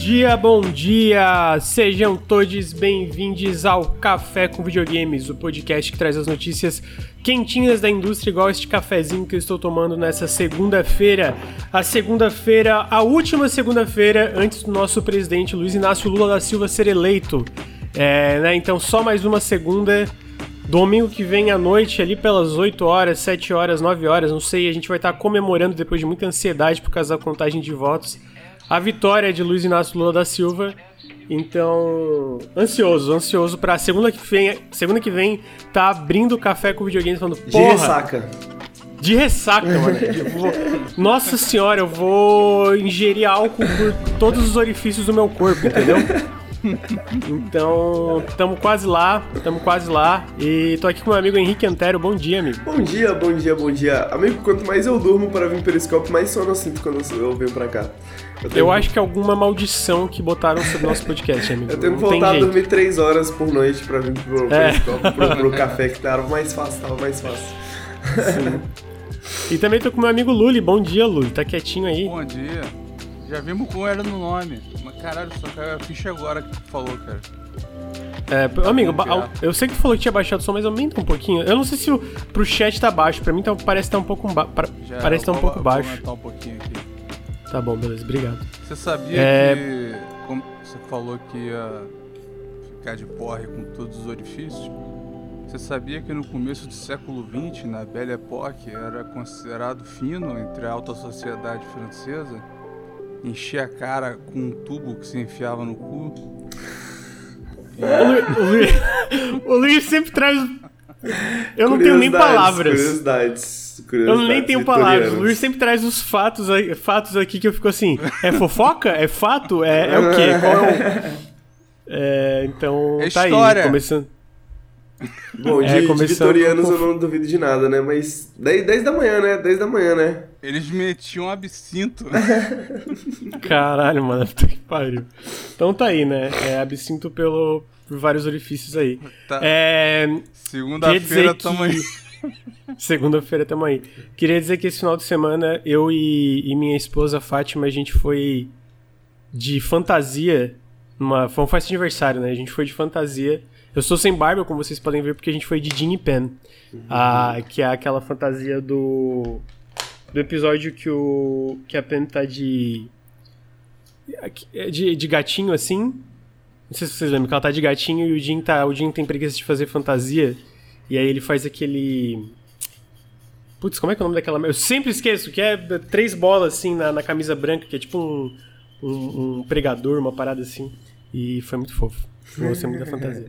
bom dia! Sejam todos bem-vindos ao Café com Videogames, o podcast que traz as notícias quentinhas da indústria, igual este cafezinho que eu estou tomando nessa segunda-feira. A última segunda-feira antes do nosso presidente Luiz Inácio Lula da Silva ser eleito. Então só mais uma segunda. Domingo que vem à noite, ali pelas 8 horas, 7 horas, 9 horas, não sei, a gente vai estar comemorando, depois de muita ansiedade por causa da contagem de votos, a vitória de Luiz Inácio Lula da Silva. Então, ansioso pra segunda que vem tá abrindo o Café com Videogames falando, porra... De ressaca, mano. Nossa senhora, eu vou ingerir álcool por todos os orifícios do meu corpo, entendeu? Então, tamo quase lá. E tô aqui com meu amigo Henrique Antero. Bom dia, amigo. Bom dia. Amigo, quanto mais eu durmo para vir Periscope, mais sono eu sinto quando eu venho pra cá. Eu acho que é alguma maldição que botaram sobre o nosso podcast, amigo. Eu tenho que voltar a dormir 3 horas por noite pra vir pro Periscope, pro café, que tava mais fácil. Sim. E também tô com meu amigo Luli. Bom dia, Luli. Tá quietinho aí? Bom dia. Já vimos como era no nome. Mas caralho, só caiu a ficha agora que tu falou, cara. Amigo, eu sei que tu falou que tinha baixado o som, mas aumenta um pouquinho. Eu não sei se pro chat tá baixo. Pra mim parece estar um pouco baixo. Parece estar um pouco baixo. Vou aumentar um pouquinho aqui. Tá bom, beleza. Obrigado. Você sabia que... Como você falou que ia ficar de porre com todos os orifícios? Você sabia que no começo do século XX, na Belle Époque, era considerado fino entre a alta sociedade francesa encher a cara com um tubo que se enfiava no cu? O Luiz sempre traz... Eu não tenho nem palavras. Curiosidades eu nem tenho palavras. O Luiz sempre traz os fatos aqui que eu fico assim... É fofoca? É fato? É o quê? Qual é o... Então, é tá história. Aí, começando... Bom, de vitorianos eu não duvido de nada, né? Mas 10 da manhã, né? Eles metiam absinto. Caralho, mano, puta que pariu. Então tá aí, né? Absinto por vários orifícios aí. Tá. Segunda-feira tamo aí. Segunda-feira tamo aí. Queria dizer que esse final de semana, eu e minha esposa Fátima, a gente foi de fantasia. Foi uma festa de aniversário, né? A gente foi de fantasia. Eu sou sem barba, como vocês podem ver, porque a gente foi de Ginny Pen. Que é aquela fantasia do episódio que a Pen tá de gatinho, assim. Não sei se vocês lembram, que ela tá de gatinho e o Jin tem preguiça de fazer fantasia. E aí ele faz aquele... Putz, como é que é o nome daquela... Eu sempre esqueço, que é 3 bolas, assim, na camisa branca, que é tipo um pregador, uma parada assim. E foi muito fofo. Eu gostei muito da fantasia.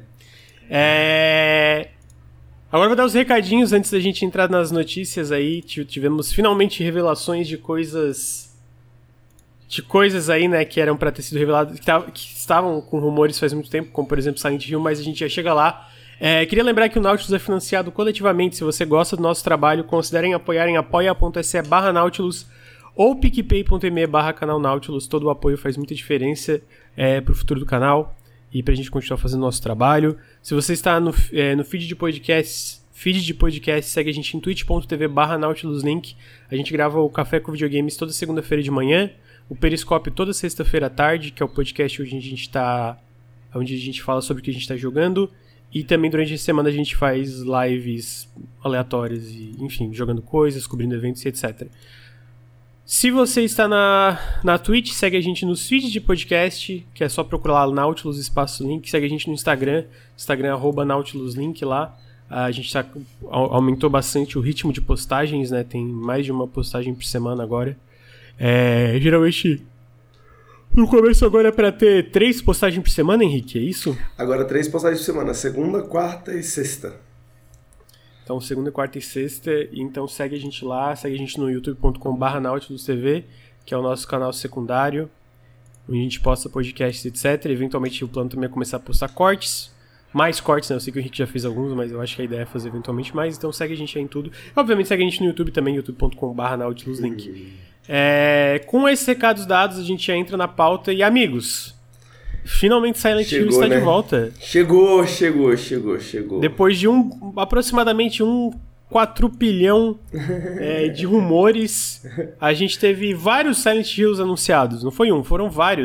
Agora eu vou dar os recadinhos antes da gente entrar nas notícias aí. Tivemos finalmente revelações de coisas aí, né, que eram pra ter sido reveladas, que estavam com rumores faz muito tempo, como por exemplo Silent Hill, mas a gente já chega lá. Queria lembrar que o Nautilus é financiado coletivamente. Se você gosta do nosso trabalho, considerem apoiar em apoia.se/Nautilus ou picpay.me/canal Nautilus. Todo o apoio faz muita diferença pro futuro do canal e pra gente continuar fazendo nosso trabalho. Se você está no feed de podcast, segue a gente em twitch.tv/NautilusLink. A gente grava o Café com Videogames toda segunda-feira de manhã, o Periscope toda sexta-feira à tarde, que é o podcast onde a gente fala sobre o que a gente está jogando, e também durante a semana a gente faz lives aleatórias, e, enfim, jogando coisas, cobrindo eventos e etc. Se você está na Twitch, segue a gente nos feeds de podcast, que é só procurar lá Nautilus espaço link. Segue a gente no Instagram @NautilusLink lá. A gente aumentou bastante o ritmo de postagens, né? Tem mais de uma postagem por semana agora. Geralmente, no começo agora é pra ter 3 postagens por semana, Henrique, é isso? Agora 3 postagens por semana, segunda, quarta e sexta. Então, segunda, quarta e sexta. Então, segue a gente lá. Segue a gente no youtube.com/NautilusTV, que é o nosso canal secundário, onde a gente posta podcasts, etc. Eventualmente, o plano também é começar a postar cortes. Mais cortes, né? Eu sei que o Henrique já fez alguns, mas eu acho que a ideia é fazer eventualmente mais. Então, segue a gente aí em tudo. Obviamente, segue a gente no YouTube também, youtube.com/NautilusLink. Com esses recados dados, a gente já entra na pauta. E, amigos... Finalmente Silent Hill está de volta. Chegou. Depois de aproximadamente 4 bilhão de rumores, a gente teve vários Silent Hills anunciados. Não foi um, foram vários.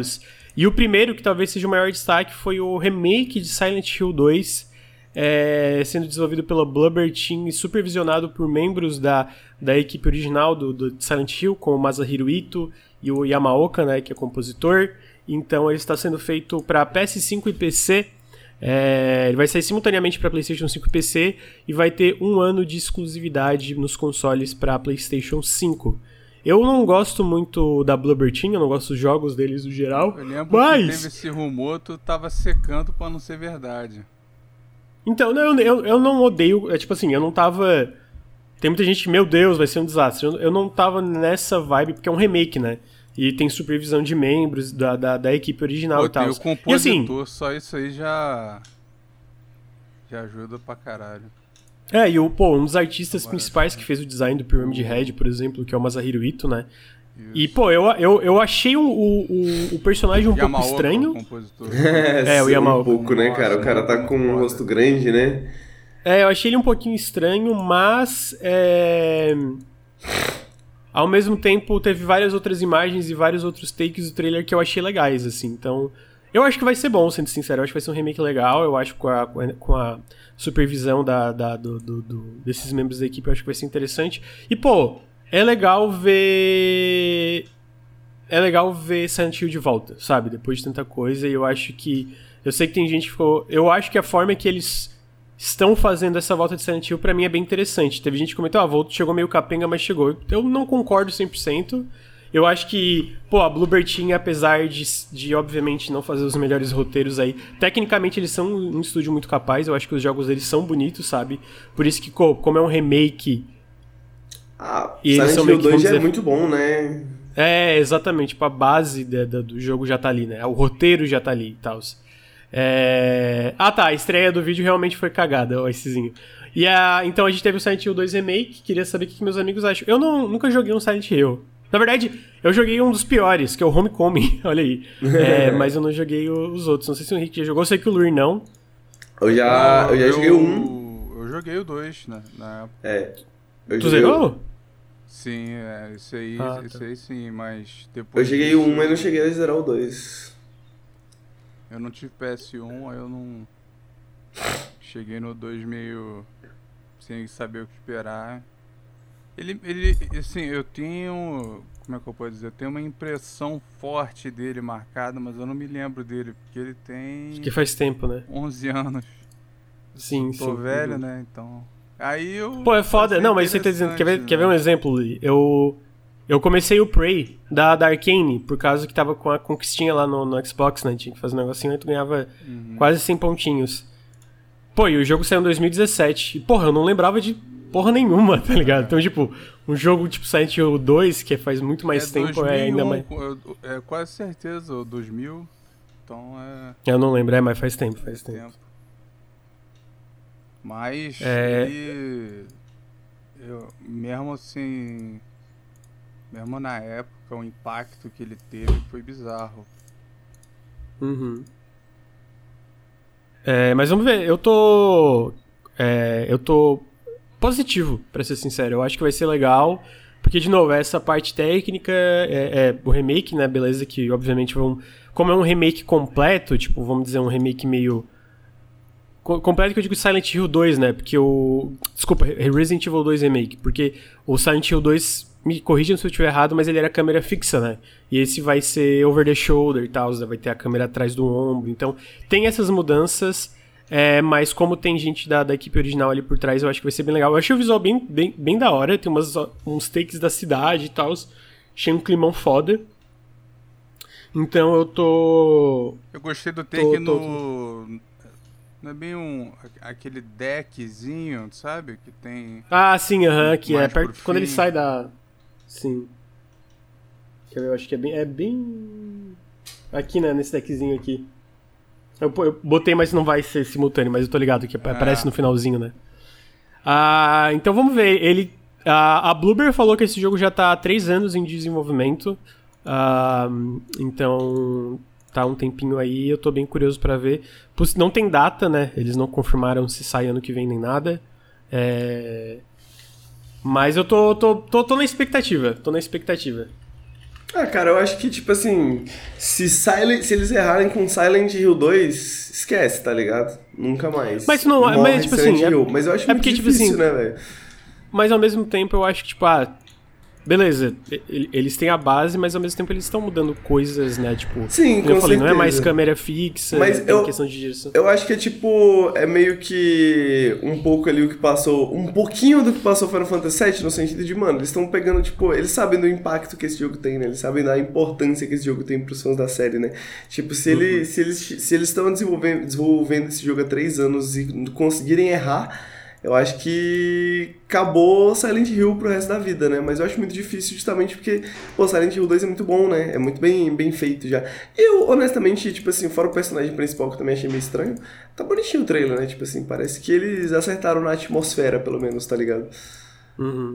E o primeiro, que talvez seja o maior destaque, foi o remake de Silent Hill 2, sendo desenvolvido pela Bloober Team e supervisionado por membros da equipe original do Silent Hill, como o Masahiro Ito e o Yamaoka, né, que é compositor. Então ele está sendo feito para PS5 e PC. Ele vai sair simultaneamente para PlayStation 5 e PC e vai ter 1 ano de exclusividade nos consoles para PlayStation 5. Eu não gosto muito da Bloober Team, eu não gosto dos jogos deles no geral. Eu lembro que teve esse rumor, tu tava secando pra não ser verdade. Então, eu não odeio, tipo assim, eu não tava... Tem muita gente que, meu Deus, vai ser um desastre. Eu não tava nessa vibe, porque é um remake, né? E tem supervisão de membros da equipe original e tal. Tem o compositor, e assim, só isso aí já ajuda pra caralho. E um dos artistas principais que fez o design do Pyramid Head, por exemplo, que é o Masahiro Ito, né? Isso. E, eu achei o personagem um pouco estranho. O Yamaoka. Um pouco, né, cara? O cara tá com um rosto grande, né? Eu achei ele um pouquinho estranho, mas... Ao mesmo tempo, teve várias outras imagens e vários outros takes do trailer que eu achei legais, assim. Então, eu acho que vai ser bom, sendo sincero. Eu acho que vai ser um remake legal. Eu acho que com a supervisão desses membros da equipe, eu acho que vai ser interessante. E, é legal ver Silent Hill de volta, sabe? Depois de tanta coisa. E eu acho que... Eu sei que tem gente que ficou... Eu acho que a forma que eles estão fazendo essa volta de Silent Hill, pra mim, é bem interessante. Teve gente que comentou, a volta chegou meio capenga, mas chegou. Eu não concordo 100%. Eu acho que, a Bloober Team, apesar de obviamente não fazer os melhores roteiros aí, tecnicamente eles são um estúdio muito capaz. Eu acho que os jogos deles são bonitos, sabe? Por isso que, como é um remake... e Silent Hill 2 já é muito bom, né? Exatamente. A base do jogo já tá ali, né? O roteiro já tá ali e tal. A estreia do vídeo realmente foi cagada, essezinho. Então a gente teve o Silent Hill 2 Remake. Queria saber o que meus amigos acham. Eu nunca joguei um Silent Hill. Na verdade, eu joguei um dos piores, que é o Homecoming. Olha aí. Mas eu não joguei os outros. Não sei se o Henrique já jogou. Eu sei que o Luir não. Eu já joguei o 1. Eu joguei o 2 na época. Tu zerou? Sim, esse aí sim, mas Eu depois... joguei o 1, mas não cheguei a zerar o 2. Eu não tive PS1, aí eu não... Cheguei no 2 meio... sem saber o que esperar. Ele assim, eu tenho... Como é que eu posso dizer? Eu tenho uma impressão forte dele marcada, mas eu não me lembro dele, porque ele tem... Acho que faz tempo, né? 11 anos. Sim. Tô velho, né? Então... Aí eu... é foda. Não, mas você tá dizendo... Quer ver um exemplo, Lee? Eu comecei o Prey da Arcane, por causa que tava com a conquistinha lá no Xbox, né? Tinha que fazer um negocinho, aí tu ganhava quase 100 pontinhos. E o jogo saiu em 2017. E, eu não lembrava de porra nenhuma, tá ligado? Então, tipo, um jogo tipo Silent Hill 2, que faz muito mais tempo, 2001, ainda mais... quase certeza, o 2000. Então Eu não lembro, mas faz tempo. Mas ele... mesmo assim... Mesmo na época, o impacto que ele teve foi bizarro. Uhum. Mas vamos ver, eu tô positivo, pra ser sincero. Eu acho que vai ser legal, porque, de novo, essa parte técnica, o remake, né, beleza, que obviamente como é um remake completo, tipo, vamos dizer, um remake meio... Completo que eu digo Silent Hill 2, né, porque Desculpa, Resident Evil 2 Remake, porque o Silent Hill 2... Me corrijam se eu estiver errado, mas ele era câmera fixa, né? E esse vai ser over the shoulder e tal, vai ter a câmera atrás do ombro. Então, tem essas mudanças, mas como tem gente da equipe original ali por trás, eu acho que vai ser bem legal. Eu achei o visual bem da hora, tem uns takes da cidade e tal. Achei um climão foda. Então, eu tô... Eu gostei do take no... Não é bem aquele deckzinho, sabe? Que tem... sim, que é perto quando ele sai da... Sim. Eu acho que é bem... Aqui, né? Nesse deckzinho aqui. Eu botei, mas não vai ser simultâneo, mas eu tô ligado que aparece no finalzinho, né? Então vamos ver. A Bloober falou que esse jogo já tá há 3 anos em desenvolvimento. Então... Tá um tempinho aí, eu tô bem curioso pra ver. Não tem data, né? Eles não confirmaram se sai ano que vem nem nada. Mas eu tô na expectativa. Ah, cara, eu acho que, tipo assim, se eles errarem com Silent Hill 2, esquece, tá ligado? Nunca mais. Mas não, mas tipo Silent assim, Hill. Mas eu acho muito porque, difícil, tipo assim, né, velho? Mas ao mesmo tempo eu acho que, tipo, beleza, eles têm a base, mas ao mesmo tempo eles estão mudando coisas, né? Tipo, sim, como eu falei, não é mais câmera fixa, mas tem questão de direção. Eu acho que é tipo, é meio que um pouco ali o que passou, um pouquinho do que passou Final Fantasy VII, no sentido de, mano, eles estão pegando, tipo, eles sabem do impacto que esse jogo tem, né? Eles sabem da importância que esse jogo tem pros fãs da série, né? Tipo, se eles estão desenvolvendo esse jogo há 3 anos e conseguirem errar, eu acho que acabou Silent Hill pro resto da vida, né? Mas eu acho muito difícil justamente porque, pô, Silent Hill 2 é muito bom, né? É muito bem feito já. Eu, honestamente, tipo assim, fora o personagem principal que eu também achei meio estranho, tá bonitinho o trailer, né? Tipo assim, parece que eles acertaram na atmosfera, pelo menos, tá ligado? Uhum.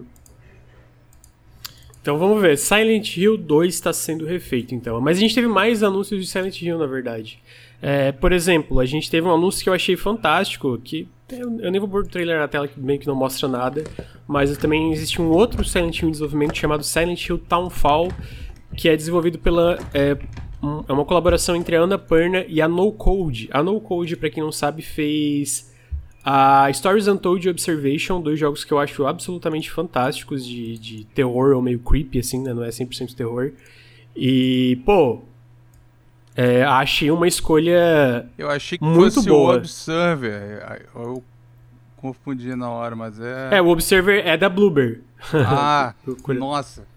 Então vamos ver, Silent Hill 2 está sendo refeito, então. Mas a gente teve mais anúncios de Silent Hill, na verdade. Por exemplo, a gente teve um anúncio que eu achei fantástico, que eu nem vou pôr o trailer na tela, que bem que não mostra nada, mas também existe um outro Silent Hill em desenvolvimento chamado Silent Hill Townfall, que é desenvolvido pela... É uma colaboração entre a Annapurna e a No Code. A No Code, pra quem não sabe, fez a Stories Untold e Observation, 2 jogos que eu acho absolutamente fantásticos de terror, ou meio creepy, assim, né? Não é 100% terror. E, pô... achei uma escolha eu achei que muito fosse boa. O Observer. Eu confundi na hora, mas é... o Observer é da Bloober. Ah, nossa.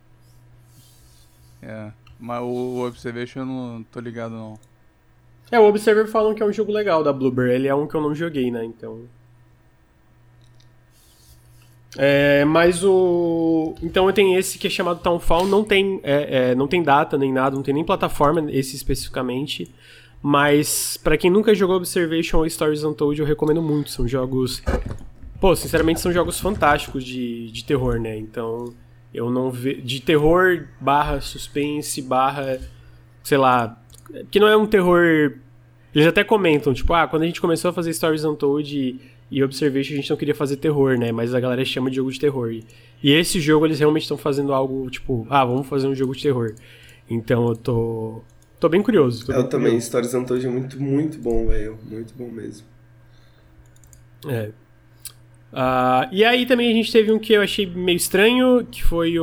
Mas o Observation eu não tô ligado, não. O Observer falam que é um jogo legal da Bloober. Ele é um que eu não joguei, né, então... Mas então eu tenho esse que é chamado Townfall, não tem data nem nada, não tem nem plataforma esse especificamente, mas pra quem nunca jogou Observation ou Stories Untold, eu recomendo muito, são jogos, sinceramente são jogos fantásticos de terror, né, então eu não vejo, de terror / suspense / sei lá, que não é um terror, eles até comentam, tipo, quando a gente começou a fazer Stories Untold e Observation a gente não queria fazer terror, né? Mas a galera chama de jogo de terror. E esse jogo eles realmente estão fazendo algo, tipo, vamos fazer um jogo de terror. Então eu tô bem curioso. Eu também, Stories Untold é muito, muito bom, velho. Muito bom mesmo. E aí também a gente teve um que eu achei meio estranho, que foi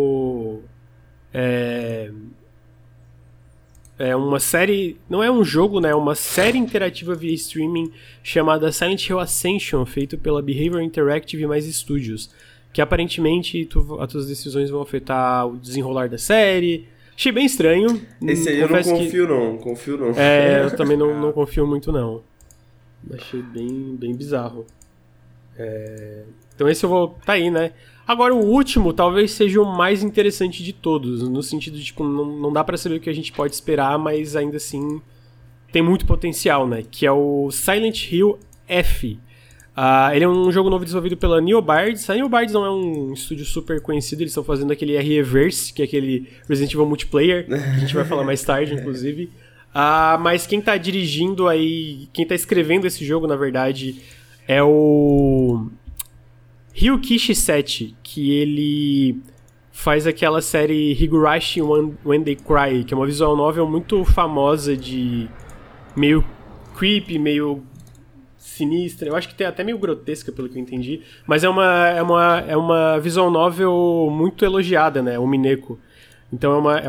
uma série, não é um jogo, né? É uma série interativa via streaming chamada Silent Hill Ascension, feito pela Behavior Interactive e mais Studios, que aparentemente as tuas decisões vão afetar o desenrolar da série. Achei bem estranho. Esse aí eu não confio não. Eu também não confio muito não. Achei bem bizarro. Então esse eu vou... Tá aí, né? Agora, o último talvez seja o mais interessante de todos, no sentido de, tipo, não dá pra saber o que a gente pode esperar, mas ainda assim tem muito potencial, né? Que é o Silent Hill F. Ele é um jogo novo desenvolvido pela Neobards. A Neobards não é um estúdio super conhecido, eles estão fazendo aquele RE-Verse, que é aquele Resident Evil Multiplayer, que a gente vai falar mais tarde, inclusive. Mas quem tá dirigindo aí, quem tá escrevendo esse jogo, na verdade, é o Ryukishi Seti, que ele faz aquela série Higurashi When They Cry, que é uma visual novel muito famosa de meio creepy, meio sinistra, eu acho que tem até meio grotesca pelo que eu entendi, mas é uma visual novel muito elogiada, né, o Mineko. Então é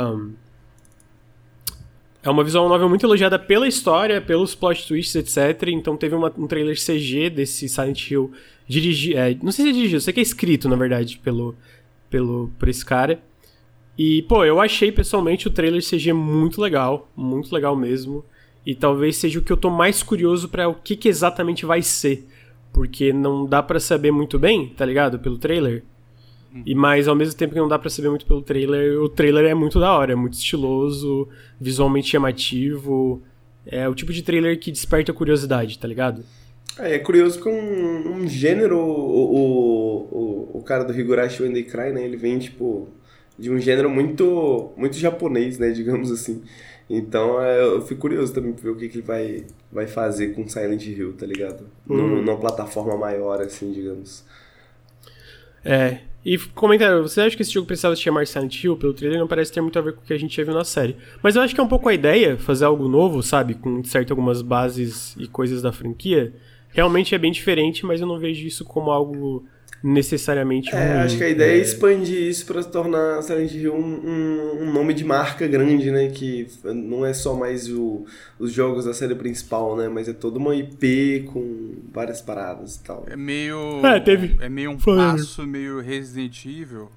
uma visual novel muito elogiada pela história, pelos plot twists, etc. Então teve um trailer CG desse Silent Hill não sei se é dirigido, eu sei que é escrito, na verdade, por esse cara. E, eu achei pessoalmente o trailer CG muito legal mesmo. E talvez seja o que eu tô mais curioso pra o que exatamente vai ser. Porque não dá pra saber muito bem, tá ligado? Pelo trailer. Mas ao mesmo tempo que não dá pra saber muito pelo trailer, o trailer é muito da hora, é muito estiloso, visualmente chamativo. É o tipo de trailer que desperta curiosidade, tá ligado? É curioso porque um gênero, o cara do Higurashi When They Cry, né, ele vem, tipo, de um gênero muito, muito japonês, né, digamos assim. Então eu fico curioso também pra ver o que ele vai fazer com Silent Hill, tá ligado? Numa plataforma maior, assim, digamos. E comentaram, você acha que esse jogo precisava se chamar Silent Hill? Pelo trailer não parece ter muito a ver com o que a gente já viu na série. Mas eu acho que é um pouco a ideia, fazer algo novo, sabe? Com certo algumas bases e coisas da franquia. Realmente é bem diferente, mas eu não vejo isso como algo necessariamente ruim. Acho que a ideia é expandir isso pra se tornar Silent Hill um nome de marca grande, né? Que não é só mais os jogos da série principal, né? Mas é toda uma IP com várias paradas e tal. É meio... É meio um passo meio Resident Evil.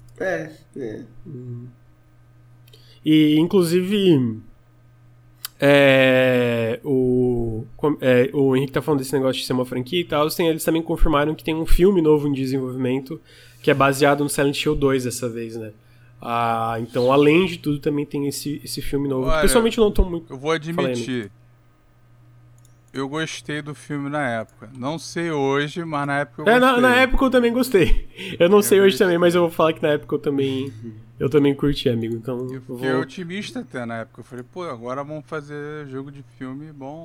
E, inclusive... o Henrique tá falando desse negócio de ser uma franquia e tal, eles também confirmaram que tem um filme novo em desenvolvimento que é baseado no Silent Hill 2 dessa vez, né? Então, além de tudo, também tem esse filme novo. Olha, pessoalmente eu não tô muito... Eu vou admitir, eu gostei do filme na época. Não sei hoje, mas na época eu gostei. Na época eu também gostei. Eu não sei hoje também, mas eu vou falar que na época eu também curti, amigo. Então eu fiquei otimista até na época. Eu falei, pô, agora vamos fazer jogo de filme bom.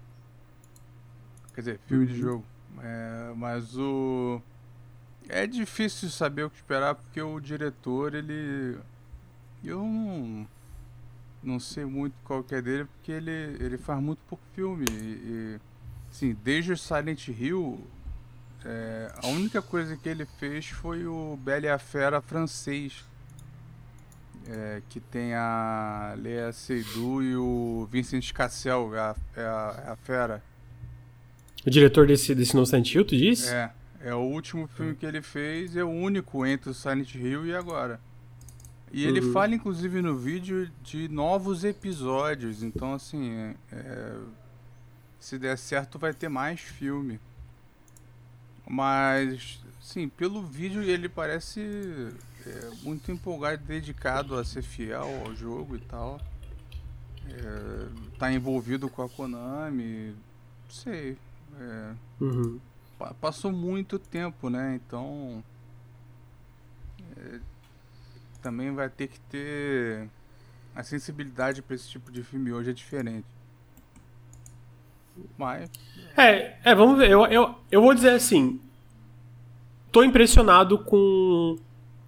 Quer dizer, filme de jogo. Mas é difícil saber o que esperar, porque o diretor, eu não sei muito qual que é dele, porque ele faz muito pouco filme. Assim, desde o Silent Hill, a única coisa que ele fez foi o Bela e a Fera francês. Que tem a Léa Seydoux e o Vincent Cassel, a Fera. O diretor desse novo Silent Hill, tu disse? É o último filme que ele fez, é o único entre o Silent Hill e agora. E ele fala, inclusive, no vídeo de novos episódios. Então, assim, se der certo, vai ter mais filme. Mas, sim, pelo vídeo ele parece muito empolgado e dedicado a ser fiel ao jogo e tal. Tá envolvido com a Konami, não sei. Passou muito tempo, né? Então... também vai ter que ter a sensibilidade para esse tipo de filme hoje é diferente. Mas... vamos ver. Eu vou dizer assim, tô impressionado com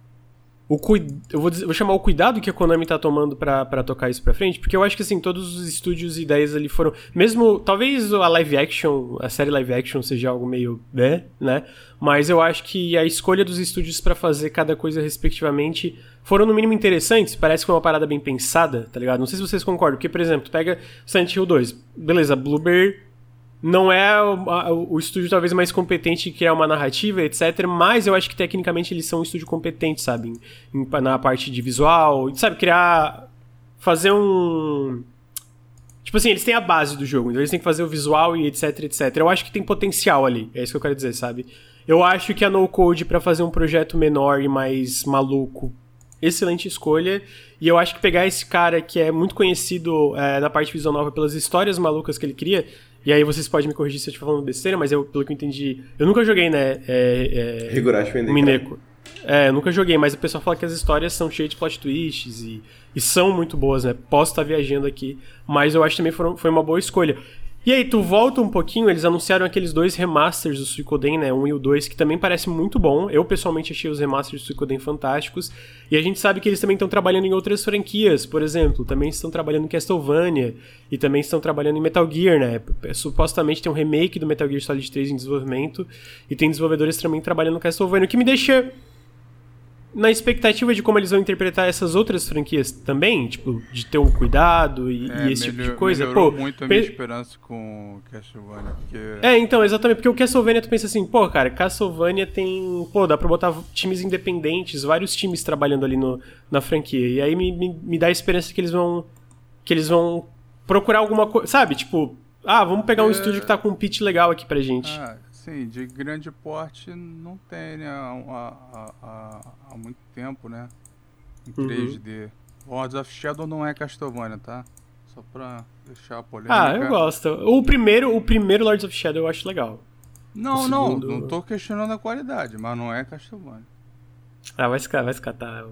eu vou chamar o cuidado que a Konami tá tomando pra tocar isso pra frente, porque eu acho que assim, todos os estúdios e ideias ali foram, mesmo, talvez a live action, a série live action seja algo meio, né, mas eu acho que a escolha dos estúdios pra fazer cada coisa respectivamente foram no mínimo interessantes, parece que foi uma parada bem pensada, tá ligado? Não sei se vocês concordam, porque, por exemplo, tu pega Silent Hill 2, beleza, Bloober não é o estúdio talvez mais competente em criar uma narrativa, etc. Mas eu acho que tecnicamente eles são um estúdio competente, sabe? Na parte de visual, sabe? Fazer um... Tipo assim, eles têm a base do jogo, então eles têm que fazer o visual e etc, etc. Eu acho que tem potencial ali, é isso que eu quero dizer, sabe? Eu acho que a No Code, pra fazer um projeto menor e mais maluco, excelente escolha. E eu acho que pegar esse cara que é muito conhecido na parte visual nova pelas histórias malucas que ele cria... E aí vocês podem me corrigir se eu estiver falando besteira, mas pelo que eu entendi... Eu nunca joguei, né? Mineko. Eu nunca joguei, mas o pessoal fala que as histórias são cheias de plot twists e são muito boas, né? Posso estar viajando aqui, mas eu acho que também foi uma boa escolha. E aí, tu volta um pouquinho, eles anunciaram aqueles 2 remasters do Suikoden, né? 1 e o 2, que também parece muito bom. Eu, pessoalmente, achei os remasters do Suikoden fantásticos. E a gente sabe que eles também estão trabalhando em outras franquias, por exemplo. Também estão trabalhando em Castlevania e também estão trabalhando em Metal Gear, né? Supostamente tem um remake do Metal Gear Solid 3 em desenvolvimento e tem desenvolvedores também trabalhando no Castlevania, o que me deixa... na expectativa de como eles vão interpretar essas outras franquias também, tipo, de ter um cuidado e esse tipo de coisa. Melhorou muito a minha esperança com o Castlevania, porque... então, exatamente, porque o Castlevania, tu pensa assim, cara, Castlevania tem... dá pra botar times independentes, vários times trabalhando ali na franquia, e aí me dá a esperança que eles vão procurar alguma coisa, sabe, tipo, vamos pegar um estúdio que tá com um pitch legal aqui pra gente. Sim, de grande porte não tem, né, há muito tempo, né, em 3D. Lords of Shadow não é Castlevania, tá? Só pra deixar a polêmica. Eu gosto. O primeiro Lords of Shadow eu acho legal. Não tô questionando a qualidade, mas não é Castlevania. Vai se catar.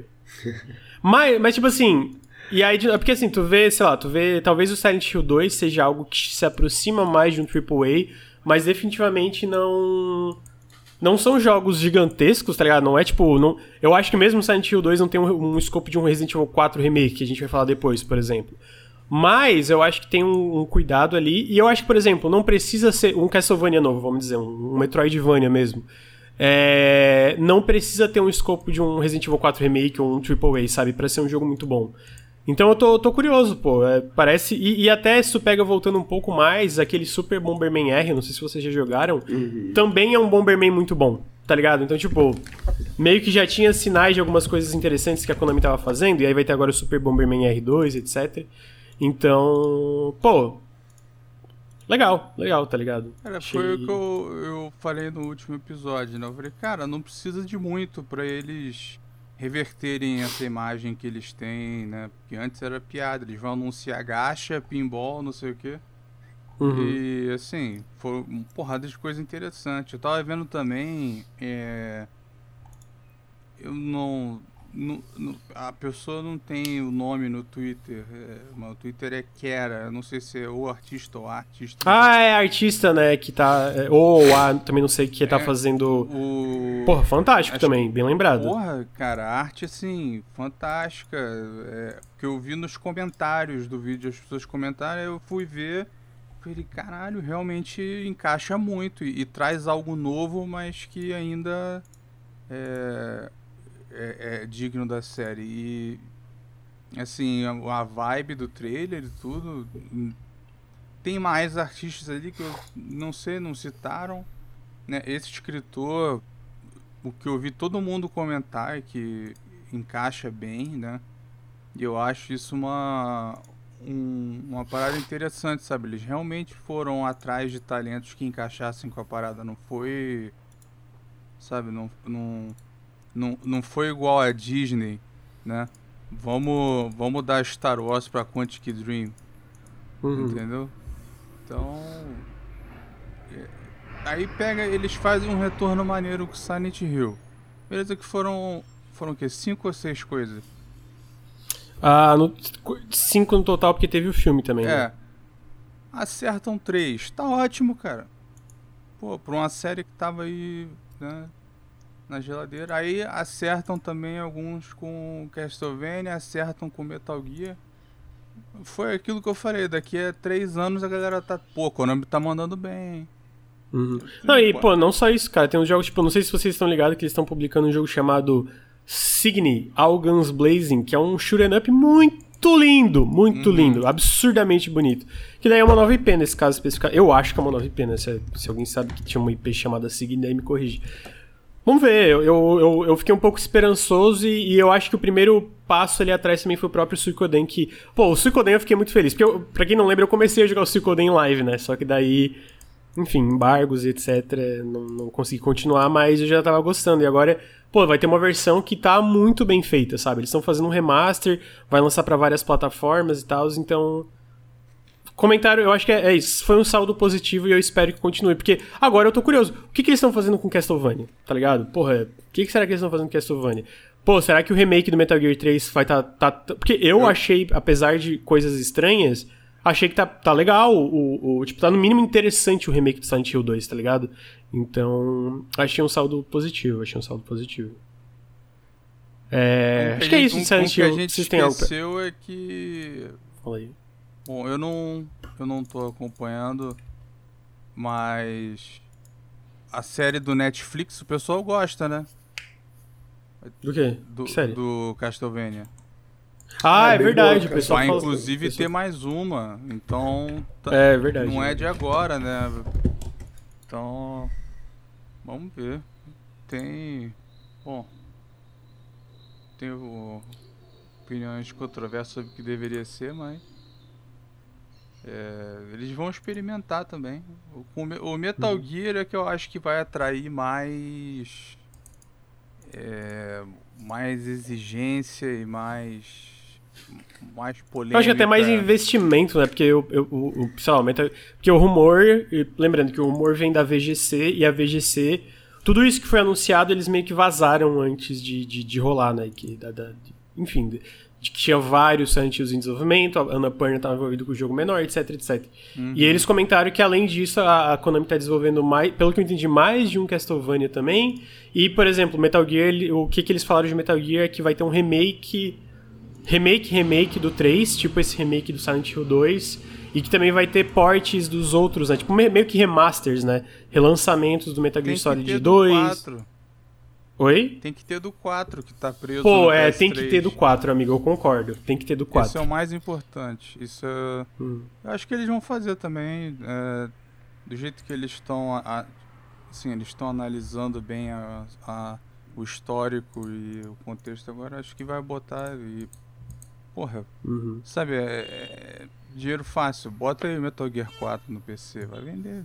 mas tipo assim... E aí, porque assim, tu vê, talvez o Silent Hill 2 seja algo que se aproxima mais de um AAA, mas definitivamente não não são jogos gigantescos, tá ligado? Não é tipo... Não, eu acho que mesmo Silent Hill 2 não tem um escopo de um Resident Evil 4 Remake, que a gente vai falar depois, por exemplo. Mas eu acho que tem um cuidado ali. E eu acho que, por exemplo, não precisa ser um Castlevania novo, vamos dizer, um Metroidvania mesmo. Não precisa ter um escopo de um Resident Evil 4 Remake ou um AAA, sabe? Pra ser um jogo muito bom. Então eu tô curioso, pô. Parece... E até se tu pega voltando um pouco mais, aquele Super Bomberman R, não sei se vocês já jogaram, também é um Bomberman muito bom, tá ligado? Então, tipo, meio que já tinha sinais de algumas coisas interessantes que a Konami tava fazendo, e aí vai ter agora o Super Bomberman R2, etc. Então, pô... Legal, tá ligado? Cara, foi o que eu falei no último episódio, né? Eu falei, cara, não precisa de muito pra eles reverterem essa imagem que eles têm, né? Porque antes era piada, eles vão anunciar gacha, pinball, não sei o quê. E, assim, foi uma porrada de coisa interessante. Eu tava vendo também, eu não... a pessoa não tem o nome no Twitter, mas o Twitter é Kera, eu não sei se é o artista ou a artista. Ah, é artista, né, que tá... também não sei, que tá fazendo... Porra, fantástico também, bem lembrado. Porra, cara, a arte, assim, fantástica. Que eu vi nos comentários do vídeo, as pessoas comentaram, eu fui ver, falei, caralho, realmente encaixa muito e traz algo novo, mas que ainda é digno da série. E assim, a vibe do trailer e tudo. Tem mais artistas ali que eu não sei, não citaram, né? Esse escritor, o que eu vi todo mundo comentar é que encaixa bem, né? E eu acho isso uma parada interessante, sabe? Eles realmente foram atrás de talentos que encaixassem com a parada, não foi, sabe, não foi igual a Disney, né? Vamos dar Star Wars pra Quantic Dream, entendeu? Então, aí eles fazem um retorno maneiro com Silent Hill. Beleza que foram o quê? 5 ou 6 coisas? 5 no total, porque teve o filme também, né? Acertam 3. Tá ótimo, cara. Pô, pra uma série que tava aí, né, na geladeira. Aí acertam também alguns com Castlevania, acertam com Metal Gear. Foi aquilo que eu falei, daqui a 3 anos a galera tá... Pô, a Konami tá mandando bem. Não, e pô, não só isso, cara. Tem uns jogos, tipo, não sei se vocês estão ligados que eles estão publicando um jogo chamado Signy, All Guns Blazing, que é um shoot'em up muito lindo, absurdamente bonito. Que daí é uma nova IP nesse caso específico. Eu acho que é uma nova IP, né? Se alguém sabe que tinha uma IP chamada Signy, aí me corrige. Vamos ver, eu fiquei um pouco esperançoso e eu acho que o primeiro passo ali atrás também foi o próprio Suikoden, que... Pô, o Suikoden eu fiquei muito feliz, porque pra quem não lembra, eu comecei a jogar o Suikoden live, né? Só que daí, enfim, embargos e etc, não consegui continuar, mas eu já tava gostando. E agora, pô, vai ter uma versão que tá muito bem feita, sabe? Eles estão fazendo um remaster, vai lançar pra várias plataformas e tal, então... Comentário, eu acho que é isso. Foi um saldo positivo e eu espero que continue. Porque agora eu tô curioso. O que eles estão fazendo com Castlevania? Tá ligado? Porra, o que será que eles estão fazendo com Castlevania? Pô, será que o remake do Metal Gear 3 vai tá... Porque eu achei, apesar de coisas estranhas, achei que tá legal. Tipo, tá no mínimo interessante o remake do Silent Hill 2, tá ligado? Então, achei um saldo positivo. Acho que é isso de Silent Hill. O que a gente esqueceu é que... Fala aí. Bom, eu não tô acompanhando, mas a série do Netflix o pessoal gosta, né? Do quê? Que série? Do Castlevania. É verdade, o pessoal vai fala... inclusive ter mais uma, então... É verdade. Não é de agora, né? Então, vamos ver. Tem opiniões controversas sobre o que deveria ser, mas... eles vão experimentar também. O Metal Gear é que eu acho que vai atrair mais exigência e mais polêmica. Eu acho que até mais investimento, né? Porque sei lá, porque o rumor, lembrando que o rumor vem da VGC, e a VGC, tudo isso que foi anunciado, eles meio que vazaram antes de rolar, né? Enfim, de que tinha vários Silent Hills em desenvolvimento, a Annapurna estava envolvida com o jogo menor, etc, etc. E eles comentaram que, além disso, a Konami está desenvolvendo mais, pelo que eu entendi, mais de um Castlevania também. E, por exemplo, Metal Gear, o que eles falaram de Metal Gear é que vai ter um remake do 3, tipo esse remake do Silent Hill 2, e que também vai ter ports dos outros, né? Tipo, meio que remasters, né? Relançamentos do Metal Gear Solid 2. Oi? Tem que ter do 4, que tá preso Pô, no PS3. tem que ter do 4, amigo, eu concordo. Tem que ter do 4. Isso é o mais importante. Isso é... Eu acho que eles vão fazer também, do jeito que eles estão... Assim, eles estão analisando bem o histórico e o contexto agora, acho que vai botar e... Porra, sabe, dinheiro fácil. Bota aí Metal Gear 4 no PC, vai vender.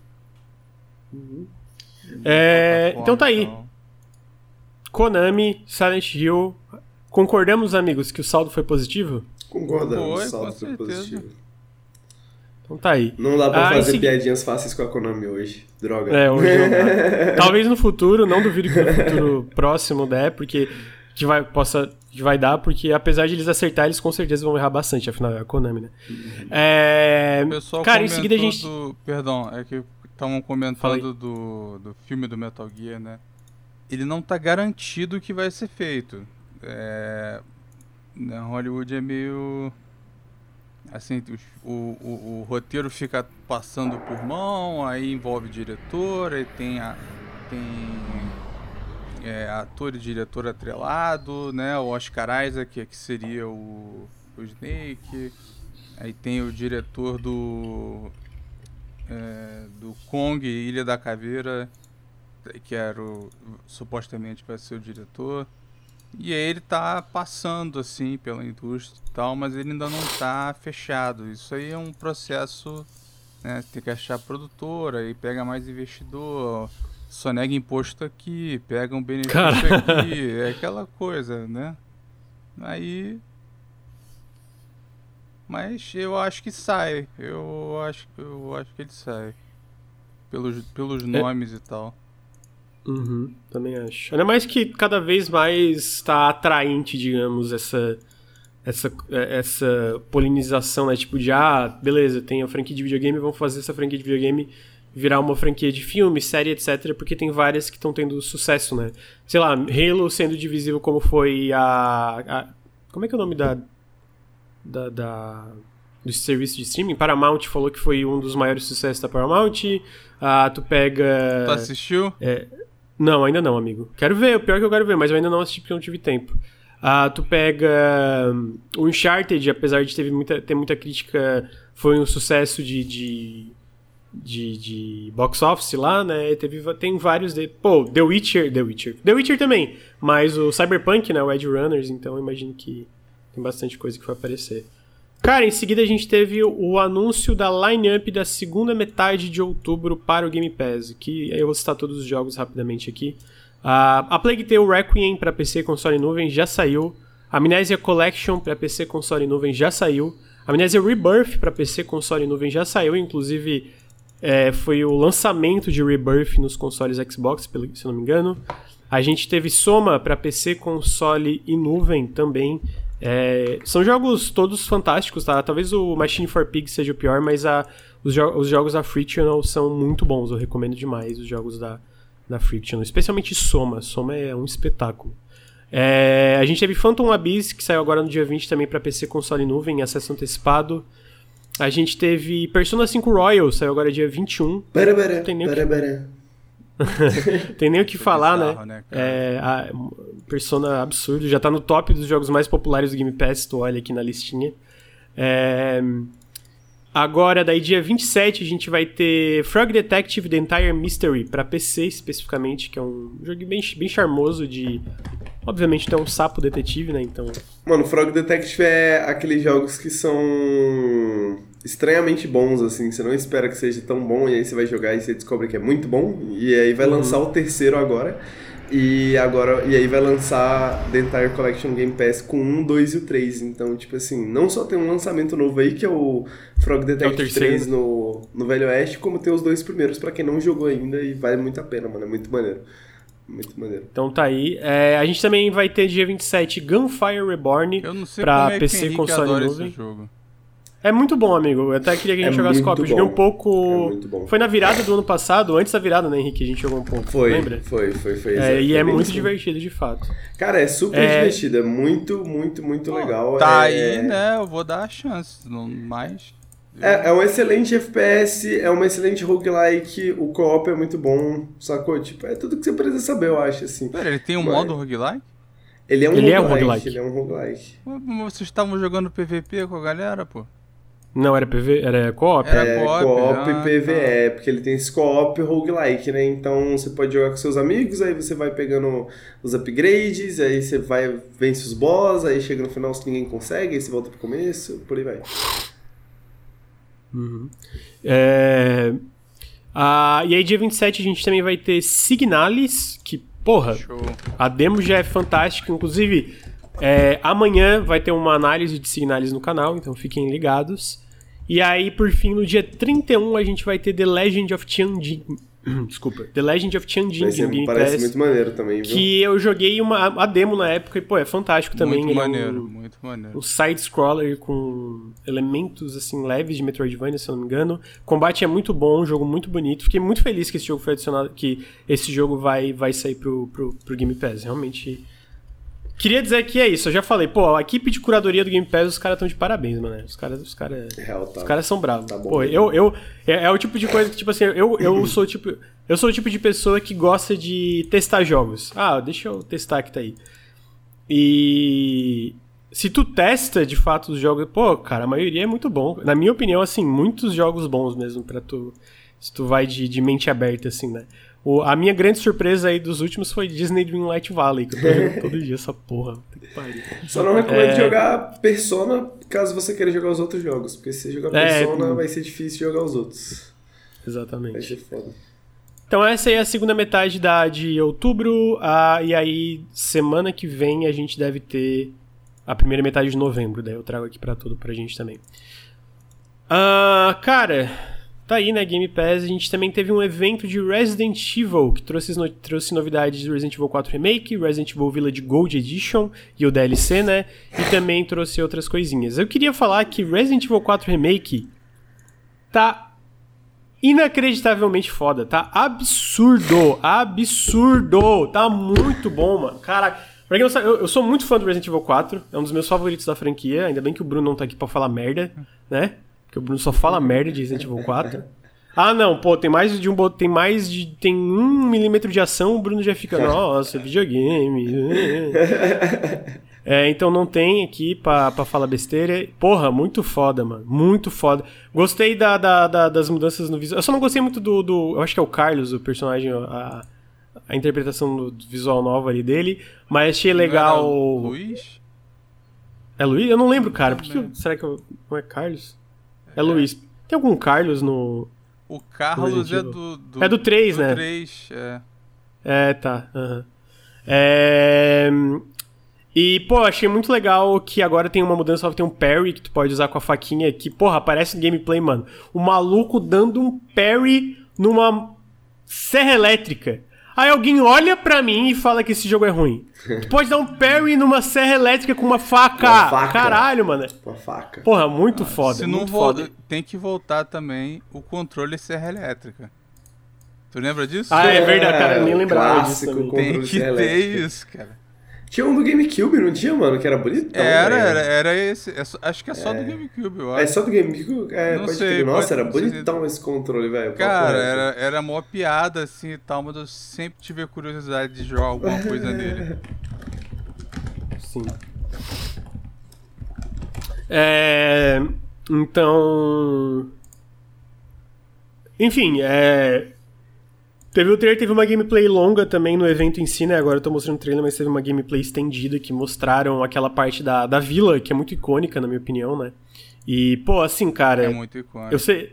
Então tá aí. Konami, Silent Hill. Concordamos, amigos, que o saldo foi positivo? Concordamos, Foi, o saldo com foi certeza. positivo. Então tá aí. Não dá pra fazer piadinhas fáceis com a Konami hoje. Droga. Hoje não dá. Talvez no futuro, não duvido que no futuro próximo der, porque que vai dar, porque apesar de eles acertarem, eles com certeza vão errar bastante, afinal é a Konami, né? O pessoal cara, em seguida a gente... Perdão, é que estavam comentando do filme do Metal Gear, né? Ele não tá garantido que vai ser feito. Hollywood é meio... Assim, o roteiro fica passando por mão, aí envolve diretor, aí tem ator e diretor atrelado, né? O Oscar Isaac, que seria o Snake. Aí tem o diretor do Kong, Ilha da Caveira, que supostamente vai ser o diretor. E aí ele tá passando assim pela indústria e tal, mas ele ainda não tá fechado. Isso aí é um processo, né? Tem que achar produtora, aí pega mais investidor, sonega imposto aqui, pega um benefício aqui, é aquela coisa, né? Aí... Mas eu acho que sai, eu acho que ele sai, pelos nomes e tal. Também acho. Ainda mais que cada vez mais está atraente, digamos, essa polinização, né? Tipo de, beleza, tem a franquia de videogame, vamos fazer essa franquia de videogame virar uma franquia de filme, série, etc, porque tem várias que estão tendo sucesso, né? Sei lá, Halo sendo divisível como foi como é que é o nome do serviço de streaming? Paramount falou que foi um dos maiores sucessos da Paramount. Tu pega... Tu assistiu? Não, ainda não, amigo. Quero ver, o pior é que eu quero ver, mas eu ainda não assisti porque eu não tive tempo. Tu pega o Uncharted, apesar de ter muita crítica, foi um sucesso de box office lá, né? Tem vários The Witcher também, mas o Cyberpunk, né? O Edge Runners, então eu imagino que tem bastante coisa que vai aparecer. Cara, em seguida a gente teve o anúncio da line-up da segunda metade de outubro para o Game Pass, que eu vou citar todos os jogos rapidamente aqui. A Plague Tale Requiem para PC, console e nuvem já saiu. A Amnesia Collection para PC, console e nuvem já saiu. A Amnesia Rebirth para PC, console e nuvem já saiu, inclusive foi o lançamento de Rebirth nos consoles Xbox, se não me engano. A gente teve Soma para PC, console e nuvem também. São jogos todos fantásticos, tá? Talvez o Machine for Pigs seja o pior, mas os jogos da Frictional são muito bons. Eu recomendo demais os jogos da Frictional, especialmente Soma. Soma é um espetáculo. A gente teve Phantom Abyss, que saiu agora no dia 20 também para PC, console e nuvem, acesso antecipado. A gente teve Persona 5 Royal, saiu agora dia 21. Tem nem o que falar, bizarro, né? Persona absurdo, já tá no top dos jogos mais populares do Game Pass, tu olha aqui na listinha. Agora, daí dia 27, a gente vai ter Frog Detective The Entire Mystery pra PC, especificamente, que é um jogo bem charmoso de... Obviamente tem um sapo detetive, né? Então... Mano, Frog Detective é aqueles jogos que são estranhamente bons, assim. Você não espera que seja tão bom, e aí você vai jogar e você descobre que é muito bom. E aí vai lançar o terceiro agora. E aí vai lançar The Entire Collection Game Pass com 1, 2 e o 3. Então, tipo assim, não só tem um lançamento novo aí, que é o Frog Detective 3 no Velho Oeste, como tem os dois primeiros pra quem não jogou ainda, e vale muito a pena, mano. É muito maneiro. Muito maneiro. Então tá aí. A gente também vai ter dia 27 Gunfire Reborn Eu não sei pra como é PC, que o Henrique console adora e nuvem. esse jogo. É muito bom, amigo. Eu até queria que a gente jogasse co-op. Eu joguei um pouco... É muito bom. Foi na virada do ano passado, antes da virada, né, Henrique? A gente jogou um pouco, lembra? Foi. E é muito assim. divertido, de fato. Cara, é super divertido. É muito, muito, muito legal. Tá aí, né? Eu vou dar a chance. Mas... É um excelente FPS, é uma excelente roguelike, o co-op é muito bom, sacou? Tipo, é tudo que você precisa saber, eu acho, assim. Pera, ele tem um modo roguelike? Ele é um roguelike. Ele é um roguelike. Mas vocês estavam jogando PVP com a galera, pô? Não, era PV, era co-op? É co-op e PVE, porque ele tem esse co-op roguelike, né? Então você pode jogar com seus amigos, aí você vai pegando os upgrades, aí você vence os boss, aí chega no final se ninguém consegue, aí você volta pro começo, por aí vai. Uhum. E aí dia 27 a gente também vai ter Signalis, que, porra, Show. A demo já é fantástica, inclusive amanhã vai ter uma análise de Signalis no canal, então fiquem ligados. E aí, por fim, no dia 31 a gente vai ter The Legend of Tianjin. Desculpa, The Legend of Tianjin no Game parece Pass, muito maneiro também, viu? que eu joguei a demo na época e, pô, é fantástico também. Muito maneiro, muito maneiro. Um side-scroller com elementos, assim, leves de Metroidvania, se eu não me engano. O combate é muito bom, um jogo muito bonito. Fiquei muito feliz que esse jogo foi adicionado, que esse jogo vai sair pro Game Pass. Realmente... Queria dizer que é isso, eu já falei, pô, a equipe de curadoria do Game Pass, os caras estão de parabéns, mano. Os caras são bravos. Tá bom, pô, é o tipo de coisa que, tipo assim, eu sou o tipo de pessoa que gosta de testar jogos. Deixa eu testar que tá aí. E se tu testa, de fato, os jogos, pô, cara, a maioria é muito bom. Na minha opinião, assim, muitos jogos bons mesmo pra tu, se tu vai de mente aberta, assim, né? A minha grande surpresa aí dos últimos foi Disney Dreamlight Valley, que eu tô jogando todo dia essa porra. Só não recomendo jogar Persona caso você queira jogar os outros jogos, porque se você jogar Persona vai ser difícil jogar os outros. Exatamente. Vai ser foda. Então essa aí é a segunda metade de outubro, e aí semana que vem a gente deve ter a primeira metade de novembro, daí eu trago aqui pra gente também. Cara... Tá aí, né, Game Pass. A gente também teve um evento de Resident Evil, que trouxe novidades de Resident Evil 4 Remake, Resident Evil Village Gold Edition e o DLC, né? E também trouxe outras coisinhas. Eu queria falar que Resident Evil 4 Remake tá inacreditavelmente foda. Tá absurdo. Tá muito bom, mano. Cara, pra quem não sabe, eu sou muito fã do Resident Evil 4. É um dos meus favoritos da franquia. Ainda bem que o Bruno não tá aqui pra falar merda, né? Porque o Bruno só fala merda de Resident Evil 4. Não, pô, tem 1 milímetro de ação, o Bruno já fica, nossa, videogame. Então não tem aqui pra falar besteira. Porra, muito foda, mano. Muito foda. Gostei das mudanças no visual. Eu só não gostei muito do eu acho que é o Carlos, o personagem, a interpretação do visual nova ali dele. Mas achei legal... Luiz? É Luiz? Eu não lembro, cara. Será que não é Carlos? É Luiz. Tem algum Carlos no... O Carlos é do... É do 3, né? Do 3, tá. Uhum. E, pô, achei muito legal que agora tem uma mudança, tem um parry que tu pode usar com a faquinha, que, porra, aparece no gameplay, mano. O maluco dando um parry numa serra elétrica. Aí alguém olha pra mim e fala que esse jogo é ruim. Tu pode dar um parry numa serra elétrica com uma faca. Caralho, mano. Uma faca. Porra, muito foda. Se não foda. Tem que voltar também o controle serra elétrica. Tu lembra disso? É verdade, cara. Eu nem lembrava disso. Tem que ter isso, cara. Tinha um do GameCube, não tinha, mano? Que era bonitão. Era esse. Acho que é só do GameCube, eu acho. É só do GameCube? Não sei. Nossa, era bonitão esse controle, velho. Cara, era mó piada assim e tal, mas eu sempre tive a curiosidade de jogar alguma coisa nele. Sim. Então... Enfim, Teve o trailer, teve uma gameplay longa também no evento em si, né? Agora eu tô mostrando o trailer, mas teve uma gameplay estendida que mostraram aquela parte da vila, que é muito icônica, na minha opinião, né? E, pô, assim, cara... É muito icônico. Eu sei...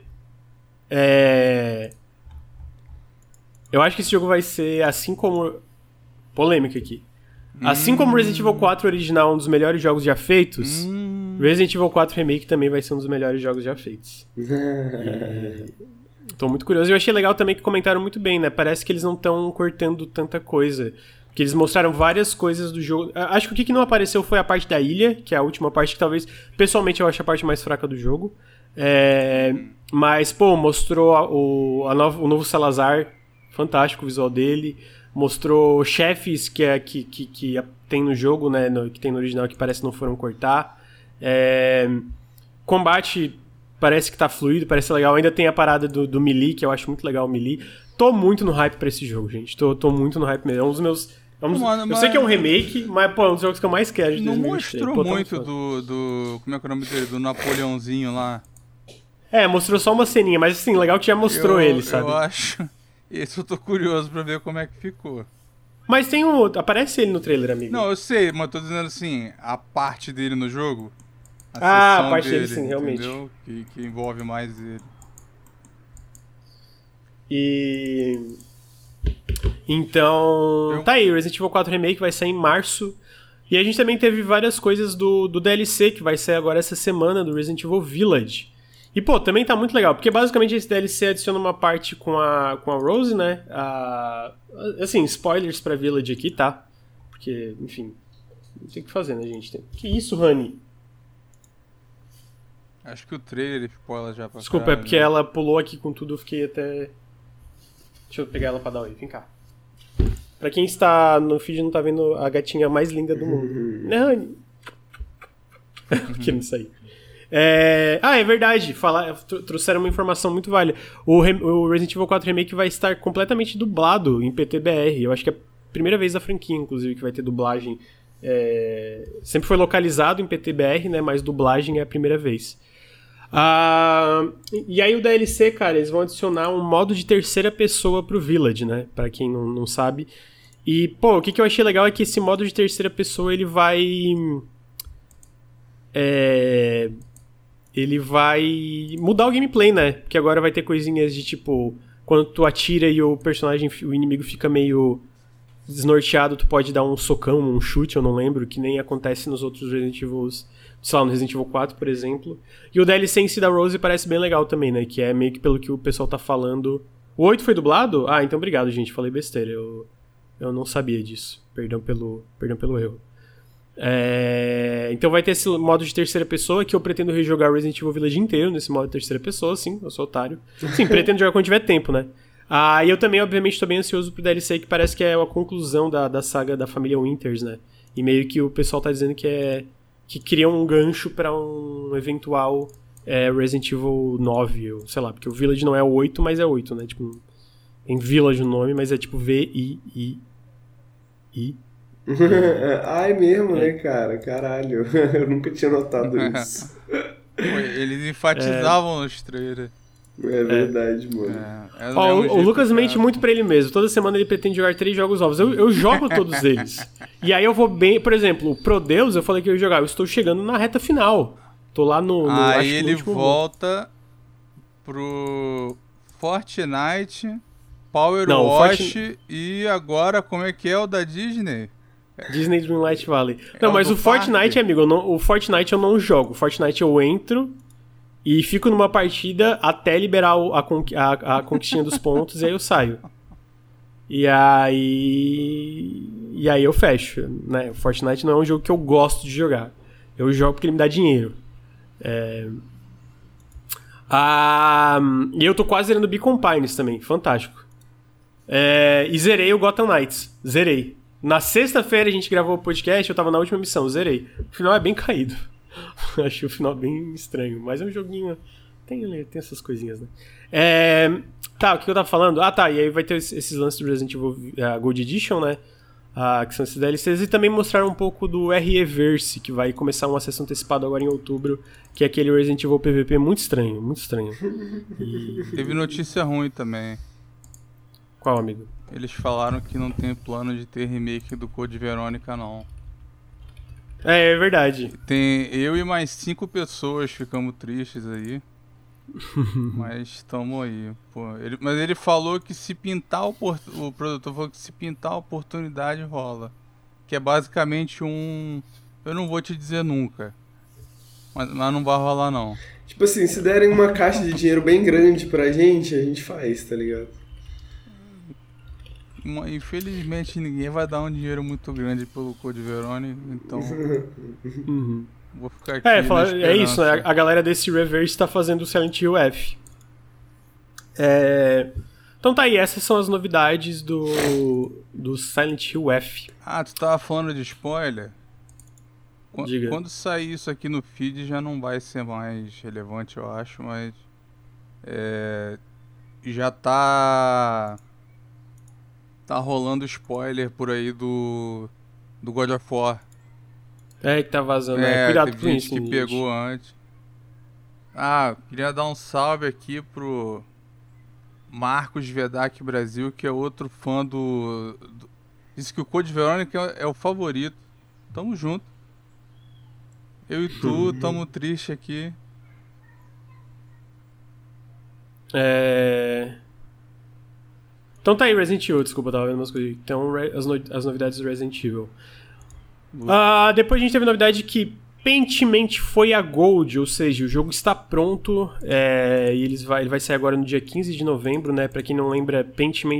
Eu acho que esse jogo vai ser, assim como... Polêmica aqui. Assim como Resident Evil 4 original, um dos melhores jogos já feitos, Resident Evil 4 Remake também vai ser um dos melhores jogos já feitos. Tô muito curioso. E eu achei legal também que comentaram muito bem, né? Parece que eles não estão cortando tanta coisa. Porque eles mostraram várias coisas do jogo. Acho que o que não apareceu foi a parte da ilha, que é a última parte que talvez, pessoalmente, eu acho a parte mais fraca do jogo. Mas, pô, mostrou o novo Salazar, fantástico o visual dele. Mostrou chefes que tem no jogo, né? Que tem no original, que parece que não foram cortar. Combate parece que tá fluido, parece legal. Ainda tem a parada do melee, que eu acho muito legal o melee. Tô muito no hype pra esse jogo, gente. Tô muito no hype mesmo. É um dos meus... eu sei que é um remake, mas, pô, é um dos jogos que eu mais quero de 2023. Não mostrou muito do... Como é que é o nome dele? Do Napoleãozinho lá. Mostrou só uma ceninha, mas assim, legal que já mostrou ele, sabe? Eu acho... Esse eu tô curioso pra ver como é que ficou. Mas tem aparece ele no trailer, amigo. Não, eu sei, mas tô dizendo assim, a parte dele no jogo... A parte dele, sim, realmente. Entendeu? Que envolve mais ele. Então, tá aí, Resident Evil 4 Remake vai sair em março. E a gente também teve várias coisas do DLC, que vai sair agora essa semana, do Resident Evil Village. E, pô, também tá muito legal, porque basicamente esse DLC adiciona uma parte com a Rose, né? Assim, spoilers pra Village aqui, tá? Porque, enfim, não tem o que fazer, né, gente? Que isso, Honey? Acho que o trailer spoiler já pra Desculpa, é porque ela pulou aqui com tudo, eu fiquei até... Deixa eu pegar ela pra dar oi, vem cá. Pra quem está no feed não tá vendo a gatinha mais linda do mundo. Né, Honey? Que não sei. É verdade, trouxeram uma informação muito válida. O Resident Evil 4 Remake vai estar completamente dublado em PTBR. Eu acho que é a primeira vez da franquia, inclusive, que vai ter dublagem. Sempre foi localizado em PTBR, né? Mas dublagem é a primeira vez. E aí o DLC, cara, eles vão adicionar um modo de terceira pessoa pro Village, né? Pra quem não sabe. E, pô, o que eu achei legal é que esse modo de terceira pessoa, ele vai mudar o gameplay, né? Porque agora vai ter coisinhas de, tipo, quando tu atira e o inimigo fica meio desnorteado, tu pode dar um socão, um chute, eu não lembro, que nem acontece nos outros Resident Evil, sei lá, no Resident Evil 4, por exemplo. E o DLC em si da Rose parece bem legal também, né? Que é meio que pelo que o pessoal tá falando. O 8 foi dublado? Ah, então obrigado, gente, falei besteira, eu não sabia disso. Perdão pelo erro. Então vai ter esse modo de terceira pessoa, que eu pretendo rejogar Resident Evil Village inteiro nesse modo de terceira pessoa, sim, eu sou otário. Sim, pretendo jogar quando tiver tempo, né? E eu também, obviamente, tô bem ansioso pro DLC, que parece que é a conclusão da saga da família Winters, né? E meio que o pessoal tá dizendo que cria um gancho pra um eventual Resident Evil 9, ou sei lá, porque o Village não é o 8, mas é 8, né? Tipo, tem Village no nome, mas é tipo V-I-I-I. É mesmo, né, cara? Caralho, eu nunca tinha notado isso. Eles enfatizavam nos trailers. É verdade, mano. O Lucas mente muito pra ele mesmo. Toda semana ele pretende jogar 3 jogos novos. Eu jogo todos eles. E aí eu vou bem... Por exemplo, o Prodeus, eu falei que eu ia jogar. Eu estou chegando na reta final. Tô lá no aí ele volta pro Fortnite, Power Wash e agora como é que é o da Disney? Disney Dreamlight Valley. Não, mas o Fortnite, amigo, o Fortnite eu não jogo. O Fortnite eu entro e fico numa partida até liberar a conquistinha dos pontos e aí eu saio. E aí eu fecho, né? O Fortnite não é um jogo que eu gosto de jogar. Eu jogo porque ele me dá dinheiro. E eu tô quase zerando Beacon Pines também, fantástico. E zerei o Gotham Knights. Zerei. Na sexta-feira a gente gravou o podcast, eu tava na última missão, zerei. O final é bem caído. Achei o final bem estranho, mas é um joguinho... Tem essas coisinhas, né? Tá, o que eu tava falando? Tá, e aí vai ter esses lances do Resident Evil Gold Edition, né? Que são esses DLCs, e também mostraram um pouco do RE-Verse, que vai começar um acesso antecipado agora em outubro, que é aquele Resident Evil PVP muito estranho, muito estranho. Teve notícia ruim também. Qual, amigo? Eles falaram que não tem plano de ter remake do Code Verônica, não. É verdade. Tem eu e mais 5 pessoas ficamos tristes aí. Mas tamo aí. Pô, mas ele falou que se pintar o produtor falou que se pintar a oportunidade rola. Que é basicamente eu não vou te dizer nunca. Mas não vai rolar, não. Tipo assim, se derem uma caixa de dinheiro bem grande pra gente, a gente faz, tá ligado? Infelizmente, ninguém vai dar um dinheiro muito grande pelo Code Verônica, então... Vou ficar aqui é isso, né? A galera desse Reverse tá fazendo o Silent Hill F. Então tá aí, essas são as novidades do Silent Hill F. Ah, tu tava falando de spoiler? Diga. Quando sair isso aqui no feed já não vai ser mais relevante, eu acho, mas... já tá rolando spoiler por aí do God of War. Que tá vazando, cuidado com isso, que gente. Pegou antes. Queria dar um salve aqui pro Marcos Vedak Brasil, que é outro fã disse que o Code Verônica é o favorito. Tamo junto. Eu e tu, tamo triste aqui. Então tá aí, Resident Evil, desculpa, eu tava vendo umas coisas. Então, as novidades do Resident Evil. Depois a gente teve a novidade que Pentiment foi a Gold, ou seja, o jogo está pronto e ele vai sair agora no dia 15 de novembro, né? Pra quem não lembra, Pentiment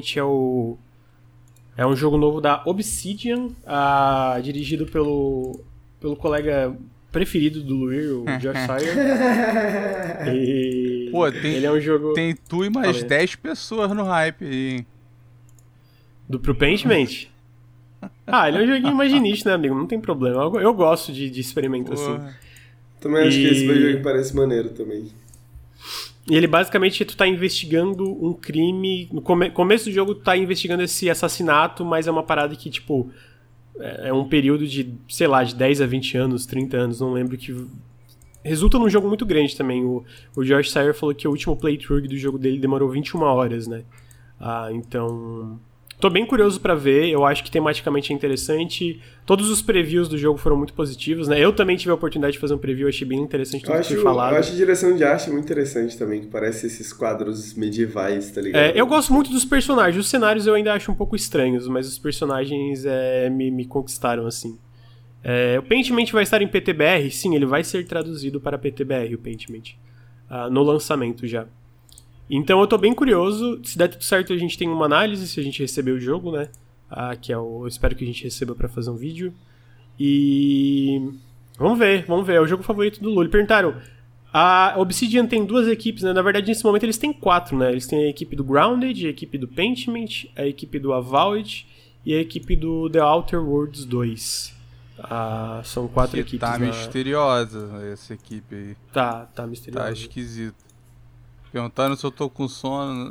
é um jogo novo da Obsidian, dirigido pelo colega preferido do Luir, o Josh Sire. E pô, ele é um jogo... Tem tu e mais 10 pessoas no hype aí, hein? Pro Pentiment? Ele é um joguinho imaginista, né, amigo? Não tem problema. Eu gosto de experimento assim. Também acho que esse jogo parece maneiro também. E ele basicamente, tu tá investigando um crime. No começo do jogo tu tá investigando esse assassinato, mas é uma parada que, tipo, é um período de, sei lá, de 10 a 20 anos, 30 anos, não lembro, que resulta num jogo muito grande também. O Josh Sire falou que o último playthrough do jogo dele demorou 21 horas, né? Então... Tô bem curioso pra ver, eu acho que tematicamente é interessante. Todos os previews do jogo foram muito positivos, né? Eu também tive a oportunidade de fazer um preview, achei bem interessante tudo que foi falado. Eu acho a direção de arte muito interessante também, que parece esses quadros medievais, tá ligado? Eu gosto muito dos personagens, os cenários eu ainda acho um pouco estranhos, mas os personagens me conquistaram, assim. O Pentiment vai estar em PTBR? Sim, ele vai ser traduzido para PTBR, o Pentiment, no lançamento já. Então eu tô bem curioso, se der tudo certo a gente tem uma análise, se a gente receber o jogo, né, eu espero que a gente receba pra fazer um vídeo, e vamos ver, é o jogo favorito do Lula. Perguntaram, a Obsidian tem 2 equipes, né, na verdade nesse momento eles têm 4, né, eles têm a equipe do Grounded, a equipe do Pentiment, a equipe do Avowed e a equipe do The Outer Worlds 2. São 4 equipes. Tá misteriosa essa equipe aí. Tá misteriosa. Tá esquisito. Perguntaram se eu tô com sono.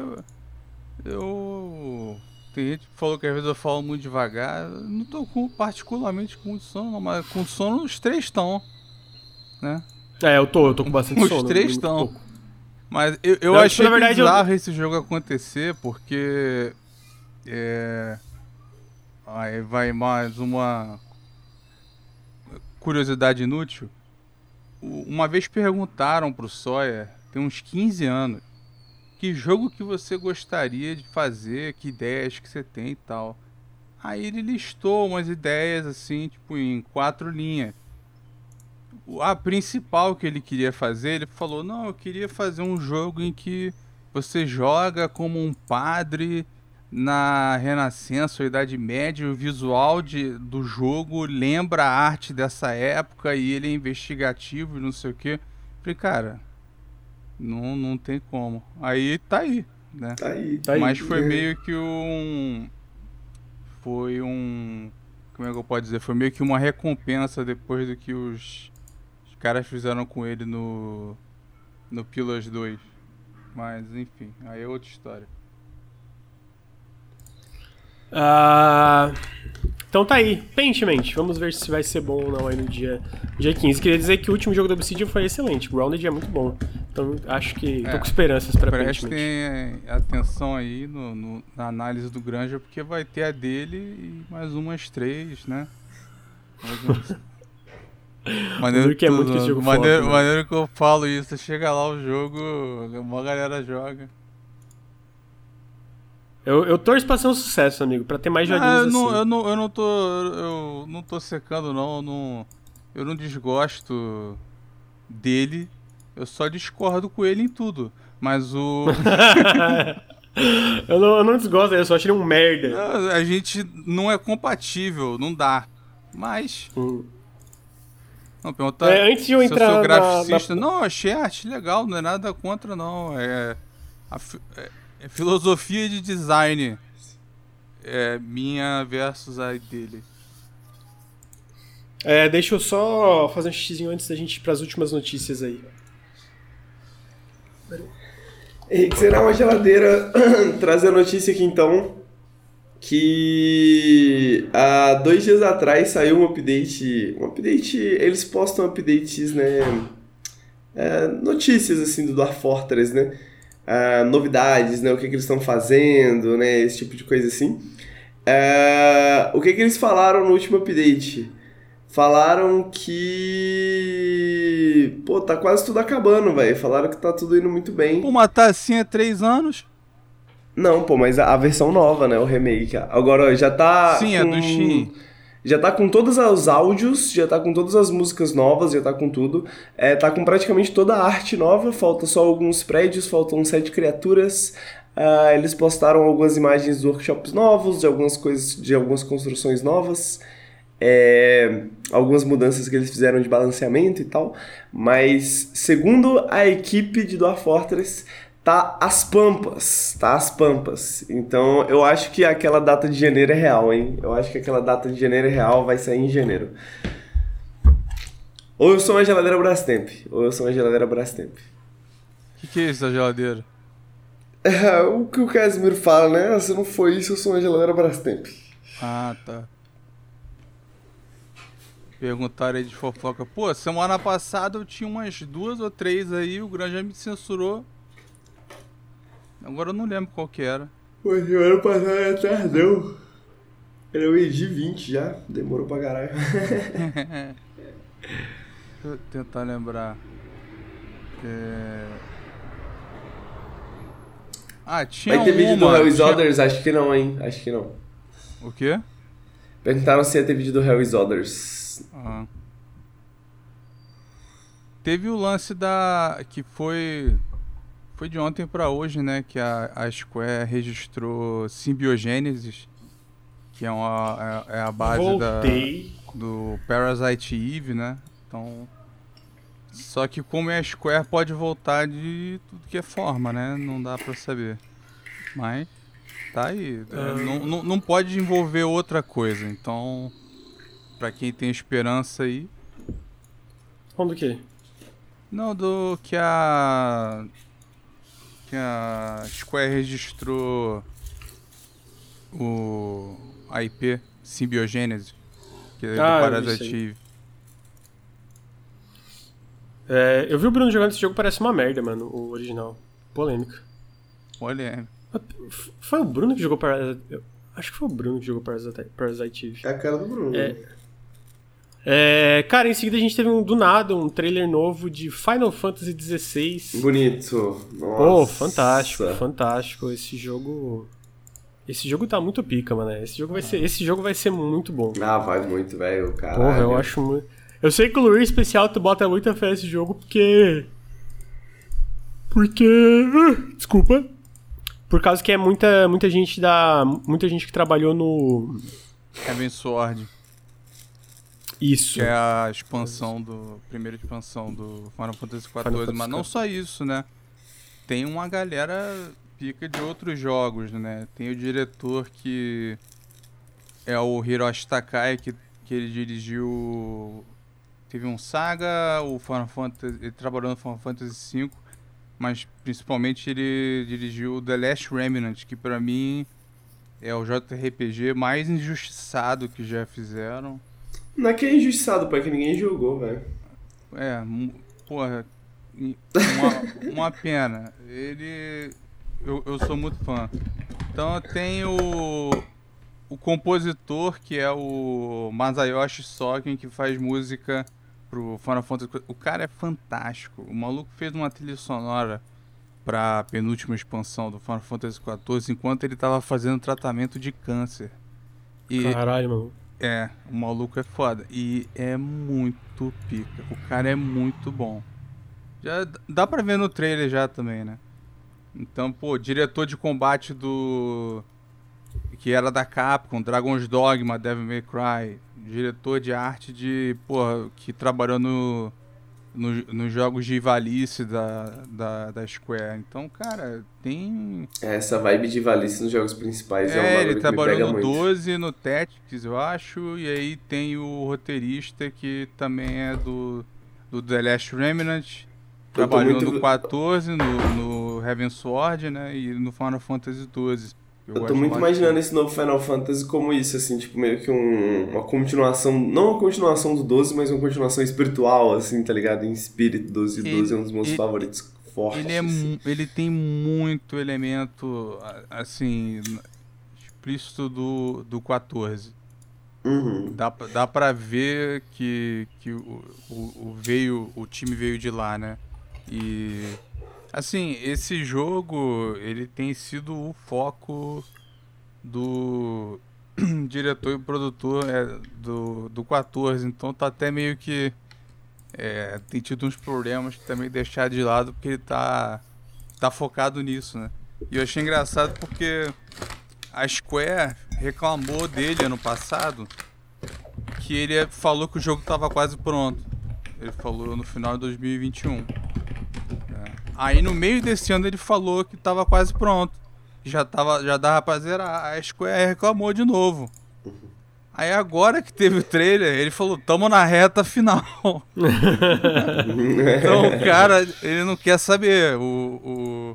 Tem gente que falou que às vezes eu falo muito devagar. Não tô particularmente com muito sono, não, mas com sono os 3 estão, né? Eu tô com bastante sono. Os 3 estão. Mas eu achei na verdade, bizarro esse jogo acontecer, porque aí vai mais uma curiosidade inútil. Uma vez perguntaram pro Sawyer, tem uns 15 anos, que jogo que você gostaria de fazer, que ideias que você tem e tal. Aí ele listou umas ideias assim, tipo em 4 linhas. A principal que ele queria fazer, ele falou, não, eu queria fazer um jogo em que você joga como um padre na Renascença ou Idade Média, o visual do jogo lembra a arte dessa época e ele é investigativo e não sei o que. Falei, cara... Não tem como. Aí tá aí, né? Tá aí. Mas foi meio que Foi um... Como é que eu posso dizer? Foi meio que uma recompensa depois do que os caras fizeram com ele no Pillars 2. Mas, enfim, aí é outra história. Então tá aí, Pentiment. Vamos ver se vai ser bom ou não aí no dia 15. Queria dizer que o último jogo da Obsidian foi excelente. Grounded é muito bom. Então acho que tô com esperanças pra Pentiment. Prestem atenção aí na análise do Granja, porque vai ter a dele e mais umas 3, né? Maneiro que é muito que esse jogo maneiro que eu falo isso. Chega lá o jogo, uma galera joga. Eu torço pra ser um sucesso, amigo, pra ter mais joguinhos assim. Eu não tô secando, não. Eu não desgosto dele, eu só discordo com ele em tudo. Mas o... eu não desgosto, eu só achei ele um merda. Não, a gente não é compatível, não dá. Mas... Não, perguntar antes de eu entrar se eu sou graficista... Não, achei arte legal, não é nada contra, não. É filosofia de design. É minha versus a dele. Deixa eu só fazer um xizinho antes da gente ir pras últimas notícias aí. Henrique, será uma geladeira trazer a notícia aqui então que há 2 dias atrás saiu um update, eles postam updates, né, notícias assim do Dwarf Fortress, né, novidades, né, o que eles estão fazendo, né, esse tipo de coisa assim. O que eles falaram no último update? Falaram que... Pô, tá quase tudo acabando, velho. Falaram que tá tudo indo muito bem. Pô, matar assim há 3 anos? Não, pô, mas a versão nova, né? O remake. Agora já tá... Sim, é do Steam. Já tá com todos os áudios, já tá com todas as músicas novas, já tá com tudo. Tá com praticamente toda a arte nova. Falta só alguns prédios, faltam 7 criaturas. Eles postaram algumas imagens de workshops novos, de algumas coisas, de algumas construções novas. Algumas mudanças que eles fizeram de balanceamento e tal, mas segundo a equipe de Dwarf Fortress, tá às pampas, então eu acho que aquela data de janeiro é real, hein, vai sair em janeiro. Ou eu sou uma geladeira Brastemp, O que é essa geladeira? O que o Casimiro fala, né, se não for isso, eu sou uma geladeira Brastemp. Ah, tá. Perguntaram aí de fofoca. Pô, semana passada eu tinha umas 2 ou 3 aí, o Gran já me censurou. Agora eu não lembro qual que era. Pô, semana passada era tardão. Era o EG20 já, demorou pra caralho. Deixa eu tentar lembrar. Tinha Vai ter vídeo do Hell's tinha... Others? Acho que não, hein? Acho que não. O quê? Perguntaram se ia ter vídeo do Hell's Others. Teve o lance que foi de ontem pra hoje, né? Que a Square registrou Symbiogenesis, que é a base do Parasite Eve, né? Então, só que como é a Square, pode voltar de tudo que é forma, né? Não dá pra saber. Mas tá aí. Não pode envolver outra coisa. Então, pra quem tem esperança aí... Falando do quê? Não, do que a Square registrou a IP Symbiogenesis, que é do Parasite Eve. Eu vi o Bruno jogando esse jogo, parece uma merda, mano, o original. Polêmica. Foi o Bruno que jogou Parasite... Acho que foi o Bruno que jogou Parasite Eve. É a cara do Bruno. Cara, em seguida a gente teve do nada um trailer novo de Final Fantasy XVI. Bonito. Nossa. Pô, fantástico. Esse jogo tá muito pica, mano. Esse jogo vai ser muito bom. Vai muito, velho, caralho. Porra, eu acho muito... Eu sei que o Luiz Especial tu bota muita fé nesse jogo porque... Desculpa. Por causa que é muita gente que trabalhou no... Heavensward. Isso. Que é a primeira expansão do Final Fantasy XIV. Mas não só isso, né? Tem uma galera pica de outros jogos, né? Tem o diretor que é o Hiroshi Takai, que ele dirigiu... Teve um Saga, o Final Fantasy... Ele trabalhou no Final Fantasy V, mas principalmente ele dirigiu The Last Remnant, que pra mim é o JRPG mais injustiçado que já fizeram. Não é que é injustiçado, pô, é que ninguém jogou, velho. Porra, uma pena. Eu sou muito fã. Então tem o compositor, que é o Masayoshi Soken, que faz música pro Final Fantasy. O cara é fantástico. O maluco fez uma trilha sonora pra penúltima expansão do Final Fantasy XIV, enquanto ele tava fazendo tratamento de câncer. Caralho, mano. O maluco é foda. E é muito pica. O cara é muito bom. Já dá pra ver no trailer já também, né? Então, pô, diretor de combate que era da Capcom, Dragon's Dogma, Devil May Cry, diretor de arte que trabalhou nos jogos de Ivalice da Square. Então, cara, tem... Essa vibe de Ivalice nos jogos principais é um bagulho ele que me trabalhou pega no muito. 12, no Tactics, eu acho, e aí tem o roteirista que também é do The Last Remnant, trabalhou no 14, no Heavensward, né, e no Final Fantasy 12. Eu tô muito imaginando esse novo Final Fantasy como isso, assim, tipo, meio que uma continuação, não uma continuação do 12, mas uma continuação espiritual, assim, tá ligado? Em espírito, 12 e 12 é um dos meus favoritos fortes. Ele tem muito elemento, assim, explícito do 14. Uhum. Dá pra ver que o time veio de lá, né? E... assim, esse jogo, ele tem sido o foco do diretor e produtor do 14, então tá até meio que tem tido uns problemas que também deixar de lado, porque ele tá focado nisso, né? E eu achei engraçado porque a Square reclamou dele ano passado, que ele falou que o jogo tava quase pronto. Ele falou no final de 2021. Aí no meio desse ano ele falou que tava quase pronto. Já dava pra zerar. A Square reclamou de novo. Aí agora que teve o trailer, ele falou, tamo na reta final. Então o cara, ele não quer saber. O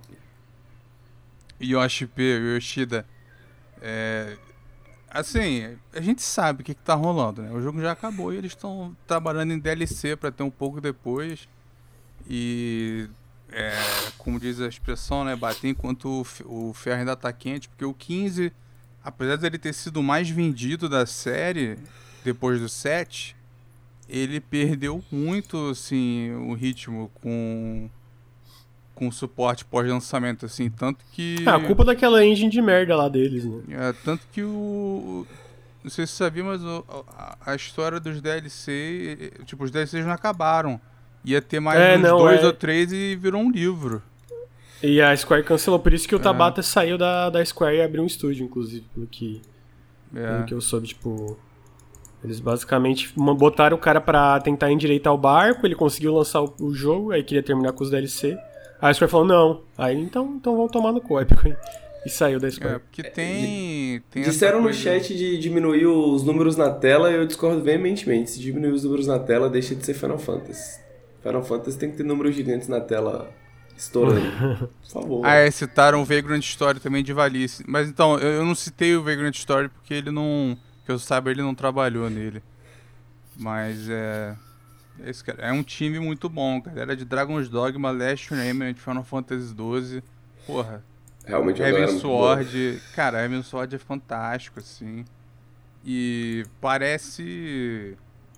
Yoshida. Assim, a gente sabe o que tá rolando, né? O jogo já acabou e eles estão trabalhando em DLC pra ter um pouco depois. E... como diz a expressão, né, bater enquanto o ferro ainda tá quente, porque o 15, apesar de ele ter sido o mais vendido da série, depois do 7, ele perdeu muito, assim, o ritmo com suporte pós-lançamento, assim, tanto que... a culpa daquela engine de merda lá deles, né? Tanto que não sei se você sabia, mas a história dos DLC, tipo, os DLCs não acabaram. Ia ter mais uns 2 ou 3 e virou um livro. E a Square cancelou, por isso que o Tabata saiu da Square e abriu um estúdio, inclusive, pelo que eu soube, tipo... eles basicamente botaram o cara pra tentar endireitar o barco, ele conseguiu lançar o jogo, aí queria terminar com os DLC. Aí a Square falou, não. Aí, então vamos tomar no cu, e saiu da Square. Porque tem disseram no chat de diminuir os números na tela e eu discordo veementemente. Se diminuir os números na tela, deixa de ser Final Fantasy. Final Fantasy tem que ter números gigantes na tela estourando. Por favor. Citaram o Vagrant Story também de Ivalice. Mas então, eu não citei o Vagrant Story porque ele não... que eu saiba, ele não trabalhou nele. Mas esse cara é um time muito bom, galera de Dragon's Dogma, Last Remnant, Final Fantasy 12. Porra. Realmente Heavensward. Cara, Heavensward é fantástico, assim. E parece...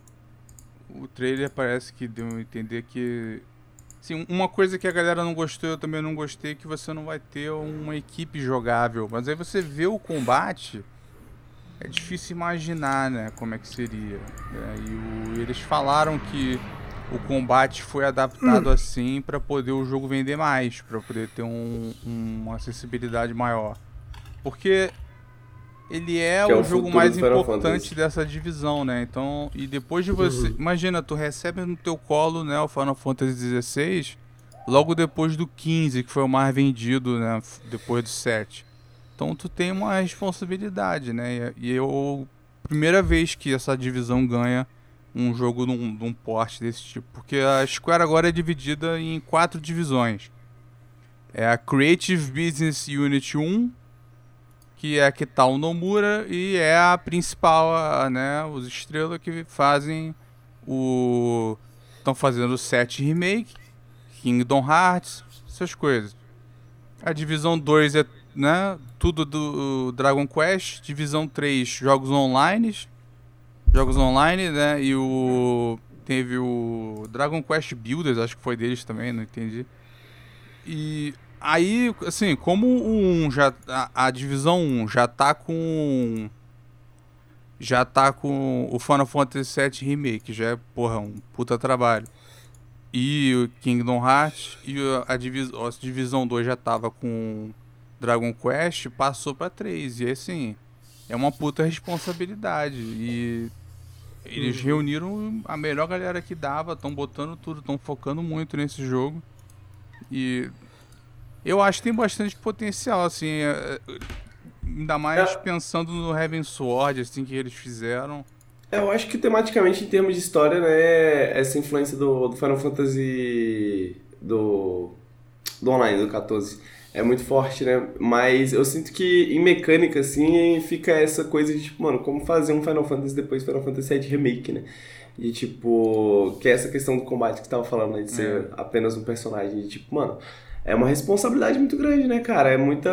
o trailer parece que deu a entender que... assim, uma coisa que a galera não gostou, eu também não gostei, é que você não vai ter uma equipe jogável. Mas aí você vê o combate, é difícil imaginar, né, como é que seria. E eles falaram que o combate foi adaptado assim pra poder o jogo vender mais, pra poder ter uma acessibilidade maior. Porque... ele é o jogo mais importante dessa divisão, né? Então, e depois de você... imagina, tu recebe no teu colo, né, o Final Fantasy XVI, logo depois do 15, que foi o mais vendido, né, depois do 7. Então tu tem uma responsabilidade, né? E primeira vez que essa divisão ganha um jogo num porte desse tipo. Porque a Square agora é dividida em 4 divisões. É a Creative Business Unit 1, que é a que tá o Nomura, e é a principal, né, os estrelas que fazem estão fazendo o 7 Remake, Kingdom Hearts, essas coisas. A divisão 2 é, né, tudo do Dragon Quest. Divisão 3, jogos online, né, e teve o Dragon Quest Builders, acho que foi deles também, não entendi. E aí, assim, como a divisão 1 já tá com o Final Fantasy VII Remake, já é, porra, um puta trabalho. e o Kingdom Hearts, e a Divisão 2 já tava com Dragon Quest, passou pra 3. E assim, é uma puta responsabilidade. E eles reuniram a melhor galera que dava, estão botando tudo, estão focando muito nesse jogo. E eu acho que tem bastante potencial, assim, ainda mais pensando no Heavensward, assim, que eles fizeram. Eu acho que tematicamente, em termos de história, né, essa influência do Final Fantasy do online, do 14, é muito forte, né? Mas eu sinto que em mecânica, assim, fica essa coisa de, tipo, mano, como fazer um Final Fantasy depois Final Fantasy VII Remake, né? E, tipo, que é essa questão do combate que você tava falando, né? De ser apenas um personagem. E, tipo, mano, é uma responsabilidade muito grande, né, cara? É muita...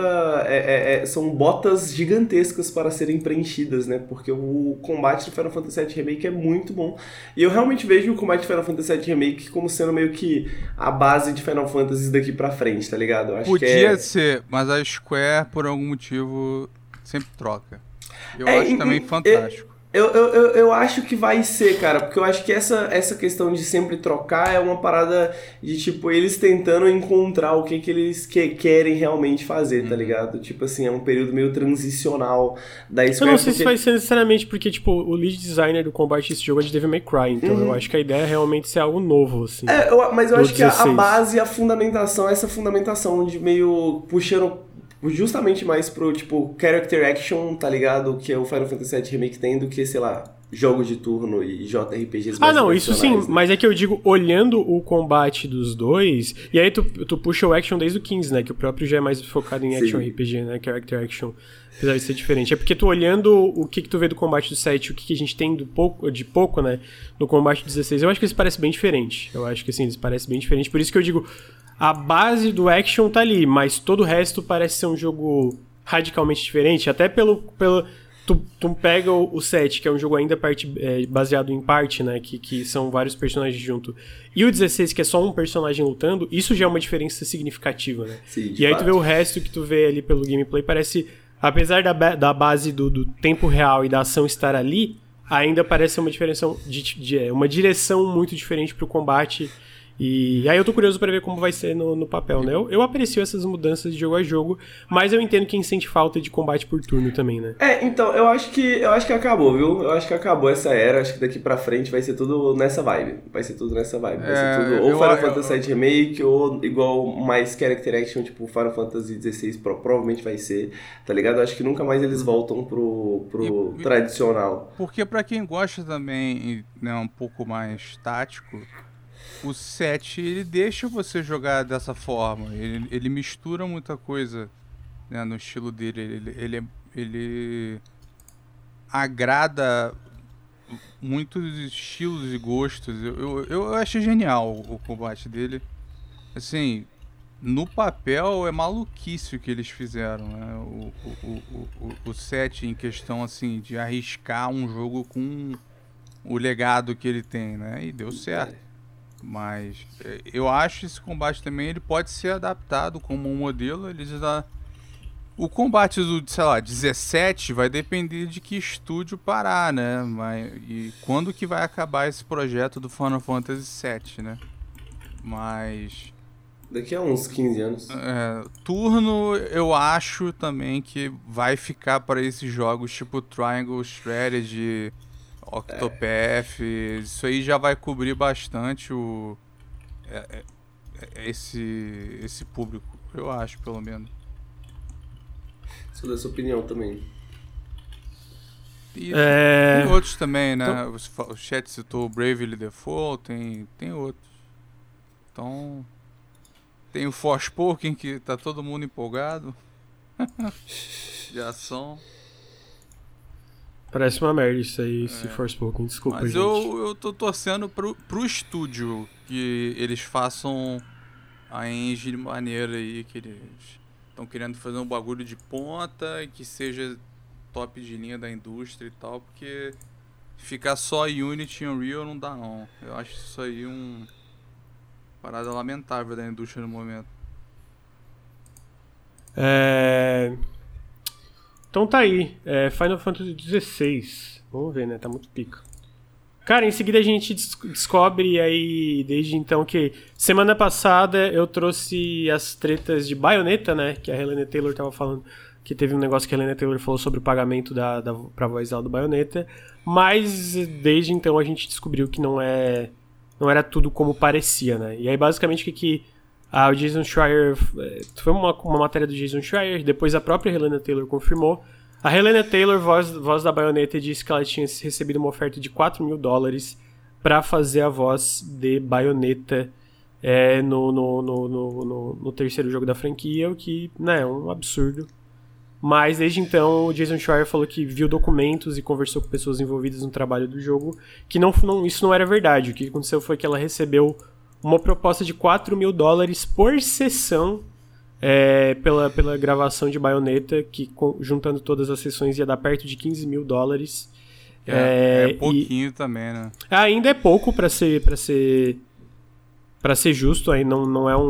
são botas gigantescas para serem preenchidas, né? Porque o combate do Final Fantasy VII Remake é muito bom. E eu realmente vejo o combate do Final Fantasy VII Remake como sendo meio que a base de Final Fantasy daqui pra frente, tá ligado? Eu acho Podia ser, mas a Square, por algum motivo, sempre troca. Eu acho também fantástico. Eu acho que vai ser, cara, porque eu acho que essa questão de sempre trocar é uma parada de, tipo, eles tentando encontrar o que eles querem realmente fazer, tá ligado? Tipo assim, é um período meio transicional da Square. Eu não sei se vai ser necessariamente porque, tipo, o lead designer do combate desse jogo é de Devil May Cry, então eu acho que a ideia é realmente ser algo novo, assim. Mas eu acho que a base, a fundamentação, essa fundamentação de meio puxando justamente mais pro, tipo, character action, tá ligado? Que é o Final Fantasy VII Remake tem, do que, sei lá, jogos de turno e JRPGs mais não, isso sim, né? mas é que eu digo, olhando o combate dos dois, e aí tu puxa o action desde o 15, né? Que o próprio já é mais focado em action RPG, né? Character action, apesar de ser diferente. É porque tu olhando o que tu vê do combate do 7, o que a gente tem de pouco, né? No combate do 16, eu acho que eles parecem bem diferente. Eu acho que, assim, eles parecem bem diferente. Por isso que eu digo, a base do action tá ali, mas todo o resto parece ser um jogo radicalmente diferente, até pelo tu pega o 7, que é um jogo ainda baseado em parte, né, que são vários personagens junto, e o 16, que é só um personagem lutando, isso já é uma diferença significativa, né? Sim, e aí tu vê o resto que tu vê ali pelo gameplay, parece, apesar da base do tempo real e da ação estar ali, ainda parece uma diferença uma direção muito diferente pro combate. E aí eu tô curioso pra ver como vai ser no papel, né? Eu aprecio essas mudanças de jogo a jogo, mas eu entendo quem sente falta de combate por turno também, né? Então, eu acho que acabou, viu? Eu acho que acabou essa era, acho que daqui pra frente vai ser tudo nessa vibe. Vai ser tudo ou Final Fantasy VII Remake, ou igual mais character action, tipo Final Fantasy XVI, provavelmente vai ser, tá ligado? Eu acho que nunca mais eles voltam pro tradicional. Porque pra quem gosta também, né, um pouco mais tático, o 7, ele deixa você jogar dessa forma. Ele mistura muita coisa, né, no estilo dele. Ele agrada muitos estilos e gostos. Eu achei genial o combate dele. Assim, no papel é maluquice o que eles fizeram, né? O 7 em questão, assim, de arriscar um jogo com o legado que ele tem, né? E deu certo. Mas eu acho que esse combate também ele pode ser adaptado como um modelo. O combate do, sei lá, 17 vai depender de que estúdio parar, né? E quando que vai acabar esse projeto do Final Fantasy VII, né? Mas... daqui a uns 15 anos. Turno, eu acho também que vai ficar para esses jogos tipo Triangle Strategy... Octopath, isso aí já vai cobrir bastante esse público, eu acho, pelo menos. Sou dessa opinião também. E tem outros também, né? Então... o chat citou Bravely Default, tem outros. Então, tem o Forspoken, que tá todo mundo empolgado. De ação. Parece uma merda isso aí, se Forspoken, desculpa, mas gente. Eu tô torcendo pro estúdio que eles façam a engine maneira aí, que eles estão querendo fazer um bagulho de ponta e que seja top de linha da indústria e tal, porque ficar só Unity e Unreal não dá não. Eu acho isso aí parada lamentável da indústria no momento. Então tá aí, Final Fantasy XVI. Vamos ver, né? Tá muito pica. Cara, em seguida a gente descobre aí, desde então, que semana passada eu trouxe as tretas de Bayonetta, né? Que a Helena Taylor tava falando, que teve um negócio que a Helena Taylor falou sobre o pagamento pra voz dela do Bayonetta. Mas desde então a gente descobriu que não era tudo como parecia, né? E aí basicamente o Jason Schreier... Foi uma matéria do Jason Schreier, depois a própria Helena Taylor confirmou. A Helena Taylor, voz da Bayonetta, disse que ela tinha recebido uma oferta de $4.000 pra fazer a voz de Bayonetta no terceiro jogo da franquia, o que, né, é um absurdo. Mas desde então o Jason Schreier falou que viu documentos e conversou com pessoas envolvidas no trabalho do jogo, que isso não era verdade. O que aconteceu foi que ela recebeu uma proposta de $4.000 por sessão pela gravação de Bayonetta, que juntando todas as sessões ia dar perto de $15.000. É pouquinho também, né? Ainda é pouco pra ser justo, aí não é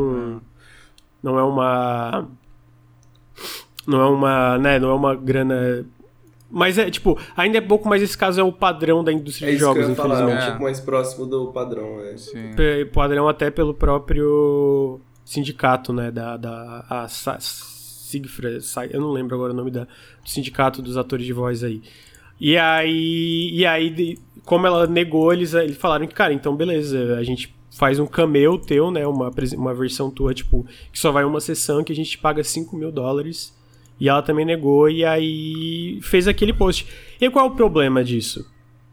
uma grana, mas ainda é pouco, mas esse caso é o padrão da indústria de jogos, infelizmente. É um pouco mais próximo do padrão, Sim. Padrão até pelo próprio sindicato, né, a Sigfra, eu não lembro agora o nome do sindicato dos atores de voz aí. E aí como ela negou, eles falaram que, cara, então beleza, a gente faz um cameo teu, né, uma versão tua, que só vai uma sessão, que a gente te paga $5.000. E ela também negou, e aí fez aquele post. E qual é o problema disso?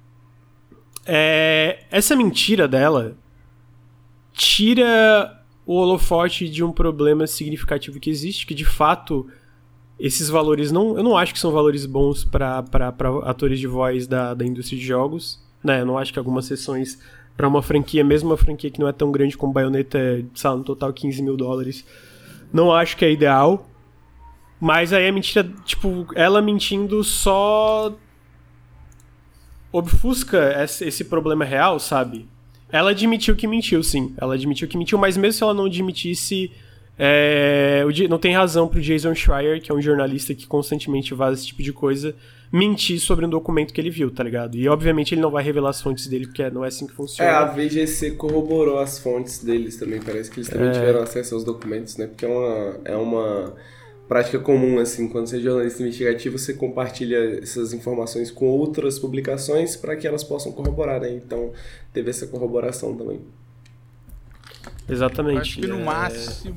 Essa mentira dela tira o holofote de um problema significativo que existe, que de fato esses valores eu não acho que são valores bons para atores de voz da indústria de jogos, né? Eu não acho que algumas sessões para uma franquia, mesmo uma franquia que não é tão grande como Bayonetta, sei lá, no total $15.000, não acho que é ideal. Mas aí a mentira, ela mentindo só obfusca esse problema real, sabe? Ela admitiu que mentiu, sim. Ela admitiu que mentiu, mas mesmo se ela não admitisse, não tem razão pro Jason Schreier, que é um jornalista que constantemente vaza esse tipo de coisa, mentir sobre um documento que ele viu, tá ligado? E obviamente ele não vai revelar as fontes dele, porque não é assim que funciona. A VGC corroborou as fontes deles também, parece que eles também tiveram acesso aos documentos, né? Porque é uma prática comum, assim, quando você é jornalista investigativo, você compartilha essas informações com outras publicações para que elas possam corroborar, né? Então, teve essa corroboração também. Exatamente. Acho que no máximo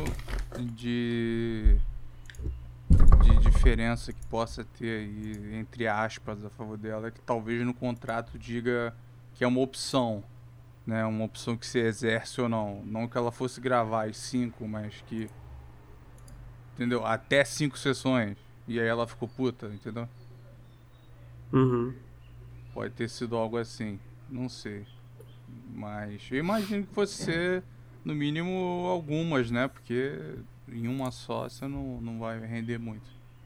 de diferença que possa ter aí, entre aspas, a favor dela, é que talvez no contrato diga que é uma opção, né? Uma opção que se exerce ou não. Não que ela fosse gravar as 5, mas que... Entendeu? Até 5 sessões. E aí ela ficou puta, entendeu? Uhum. Pode ter sido algo assim. Não sei. Mas eu imagino que fosse ser, no mínimo, algumas, né? Porque em uma só você não vai render muito.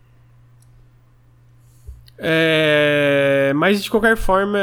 Mas de qualquer forma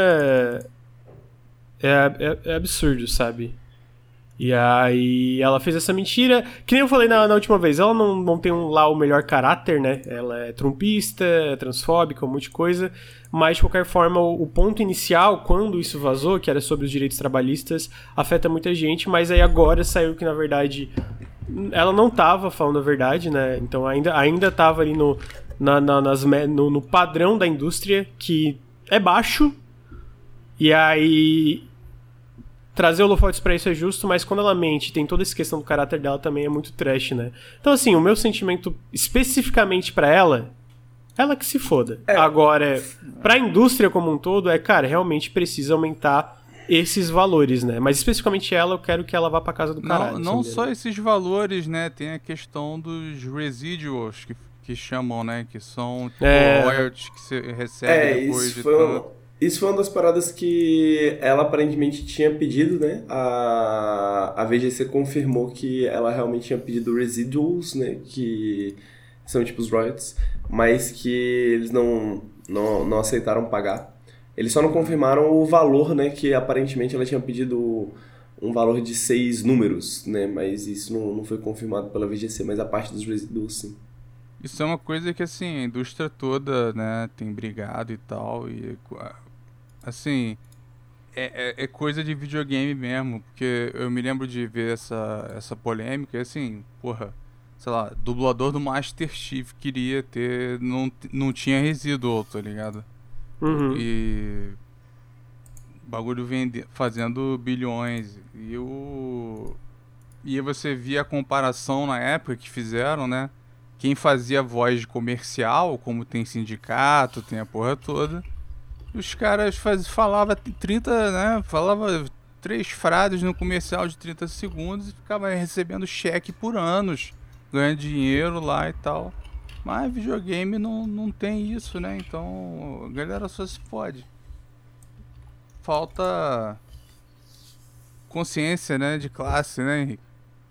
é absurdo, sabe? E aí ela fez essa mentira, que nem eu falei na última vez, ela não tem lá o melhor caráter, né? Ela é trumpista, é transfóbica, um monte de coisa, mas de qualquer forma o ponto inicial, quando isso vazou, que era sobre os direitos trabalhistas, afeta muita gente, mas aí agora saiu que na verdade ela não tava falando a verdade, né? Então ainda tava ali no padrão da indústria, que é baixo, e aí trazer holofotes pra isso é justo, mas quando ela mente, tem toda essa questão do caráter dela também é muito trash, né? Então, assim, o meu sentimento especificamente pra ela que se foda. Agora, pra indústria como um todo, cara, realmente precisa aumentar esses valores, né? Mas especificamente ela, eu quero que ela vá pra casa do caralho. Não só esses valores, né? Tem a questão dos residuals que chamam, né? Que são royalties que você recebe depois de tanto. Isso foi uma das paradas que ela aparentemente tinha pedido, né? A VGC confirmou que ela realmente tinha pedido residuals, né? Que são tipo os royalties, mas que eles não aceitaram pagar. Eles só não confirmaram o valor, né? Que aparentemente ela tinha pedido um valor de 6 números, né? Mas isso não foi confirmado pela VGC, mas a parte dos residuals, sim. Isso é uma coisa que, assim, a indústria toda, né, tem brigado e tal, e, assim, É coisa de videogame mesmo, porque eu me lembro de ver essa polêmica, e assim, porra, sei lá, dublador do Master Chief queria ter, não tinha resíduo, tá ligado? Uhum. E bagulho fazendo bilhões, e aí você via a comparação na época que fizeram, né? Quem fazia voz de comercial, como tem sindicato, tem a porra toda. Os caras falavam 30, né? Falava 3 frases no comercial de 30 segundos e ficava recebendo cheque por anos, ganhando dinheiro lá e tal. Mas videogame não tem isso, né? Então a galera só se fode. Falta consciência, né? De classe, né, Henrique?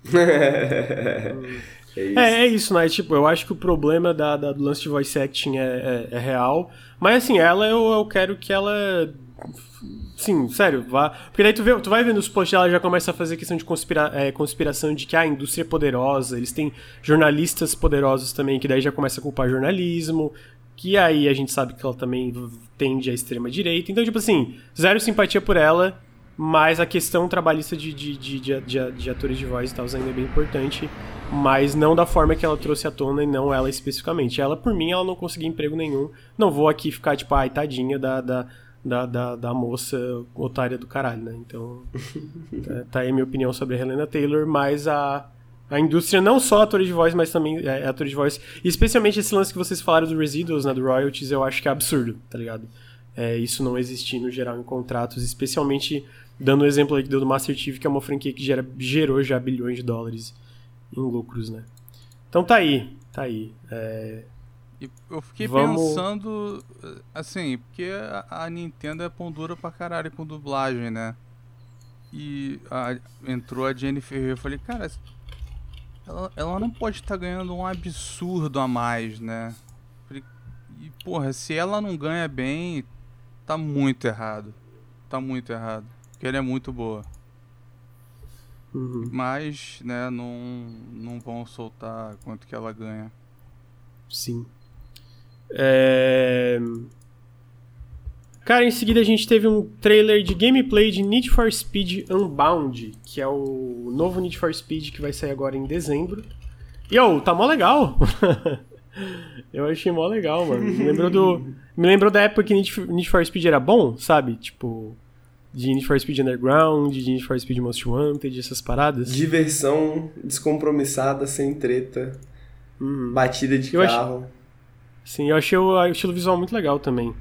É isso, né? Tipo, eu acho que o problema do lance de voice acting é real. Mas assim, eu quero que ela. Sim, sério, vá. Porque daí tu vai vendo os posts dela, já começa a fazer questão de conspiração de que a indústria é poderosa, eles têm jornalistas poderosos também, que daí já começa a culpar jornalismo. Que aí a gente sabe que ela também tende à extrema-direita. Então, tipo assim, zero simpatia por ela. Mas a questão trabalhista de atores de voz e tal ainda é bem importante, mas não da forma que ela trouxe à tona e não ela especificamente. Ela, por mim, ela não conseguiu emprego nenhum. Não vou aqui ficar tipo, ai, tadinha da moça otária do caralho, né? Então, tá aí a minha opinião sobre a Helena Taylor, mas a indústria, não só atores de voz, mas também atores de voz, e especialmente esse lance que vocês falaram do Residuals, né, do Royalties, eu acho que é absurdo, tá ligado? Isso não existir no geral em contratos, especialmente dando o exemplo aí que deu do Master Chief, que é uma franquia que gerou já bilhões de dólares em lucros, né? Então tá aí. E eu fiquei pensando, assim, porque a Nintendo é pão dura pra caralho com dublagem, né? E entrou a Jennifer, eu falei, cara, ela não pode estar ganhando um absurdo a mais, né? E porra, se ela não ganha bem, tá muito errado. Porque ela é muito boa. Uhum. Mas, né, não vão soltar quanto que ela ganha. Sim. Cara, em seguida a gente teve um trailer de gameplay de Need for Speed Unbound, que é o novo Need for Speed que vai sair agora em dezembro. E, tá mó legal! Eu achei mó legal, mano. Me lembrou da época que Need for Speed era bom, sabe? Tipo, de Need for Speed Underground, de Need for Speed Most Wanted, essas paradas. Diversão descompromissada, sem treta, batida de carro. Sim, eu achei o estilo visual muito legal também.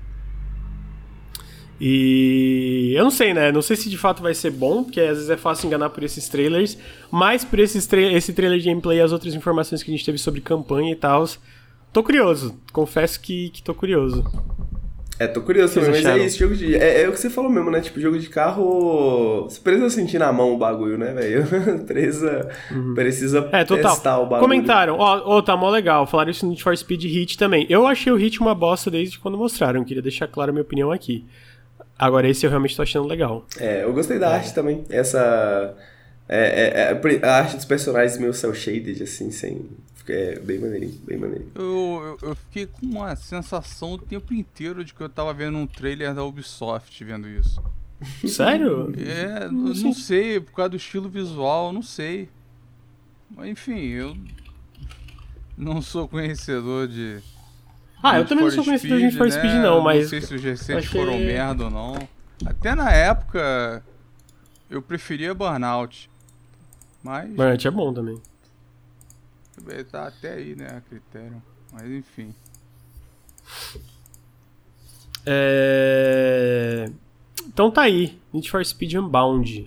E eu não sei, né? Não sei se de fato vai ser bom, porque às vezes é fácil enganar por esses trailers, mas por esse trailer de gameplay e as outras informações que a gente teve sobre campanha e tal, tô curioso. Confesso que tô curioso. Tô curioso também, mas é isso, jogo de... É o que você falou mesmo, né? Tipo, jogo de carro... Você precisa sentir na mão o bagulho, né, velho? Precisa testar o bagulho. Comentaram, tá mó legal. Falaram isso no Need for Speed Heat também. Eu achei o Heat uma bosta desde quando mostraram. Queria deixar clara a minha opinião aqui. Agora esse eu realmente tô achando legal. Eu gostei da arte também. Essa... a arte dos personagens meio cel-shaded, assim, sem... bem maneirinho, bem maneirinho. Eu fiquei com uma sensação o tempo inteiro de que eu tava vendo um trailer da Ubisoft vendo isso. Sério? Não sei, por causa do estilo visual, não sei. Mas enfim, eu não sou conhecedor de... eu também não sou conhecedor de Need for Speed, não, mas... Não sei se os recentes foram merda ou não. Até na época, eu preferia Burnout. Mas... Burnout é bom também. Tá até aí, né, a critério. Mas enfim. Então tá aí. Need for Speed Unbound.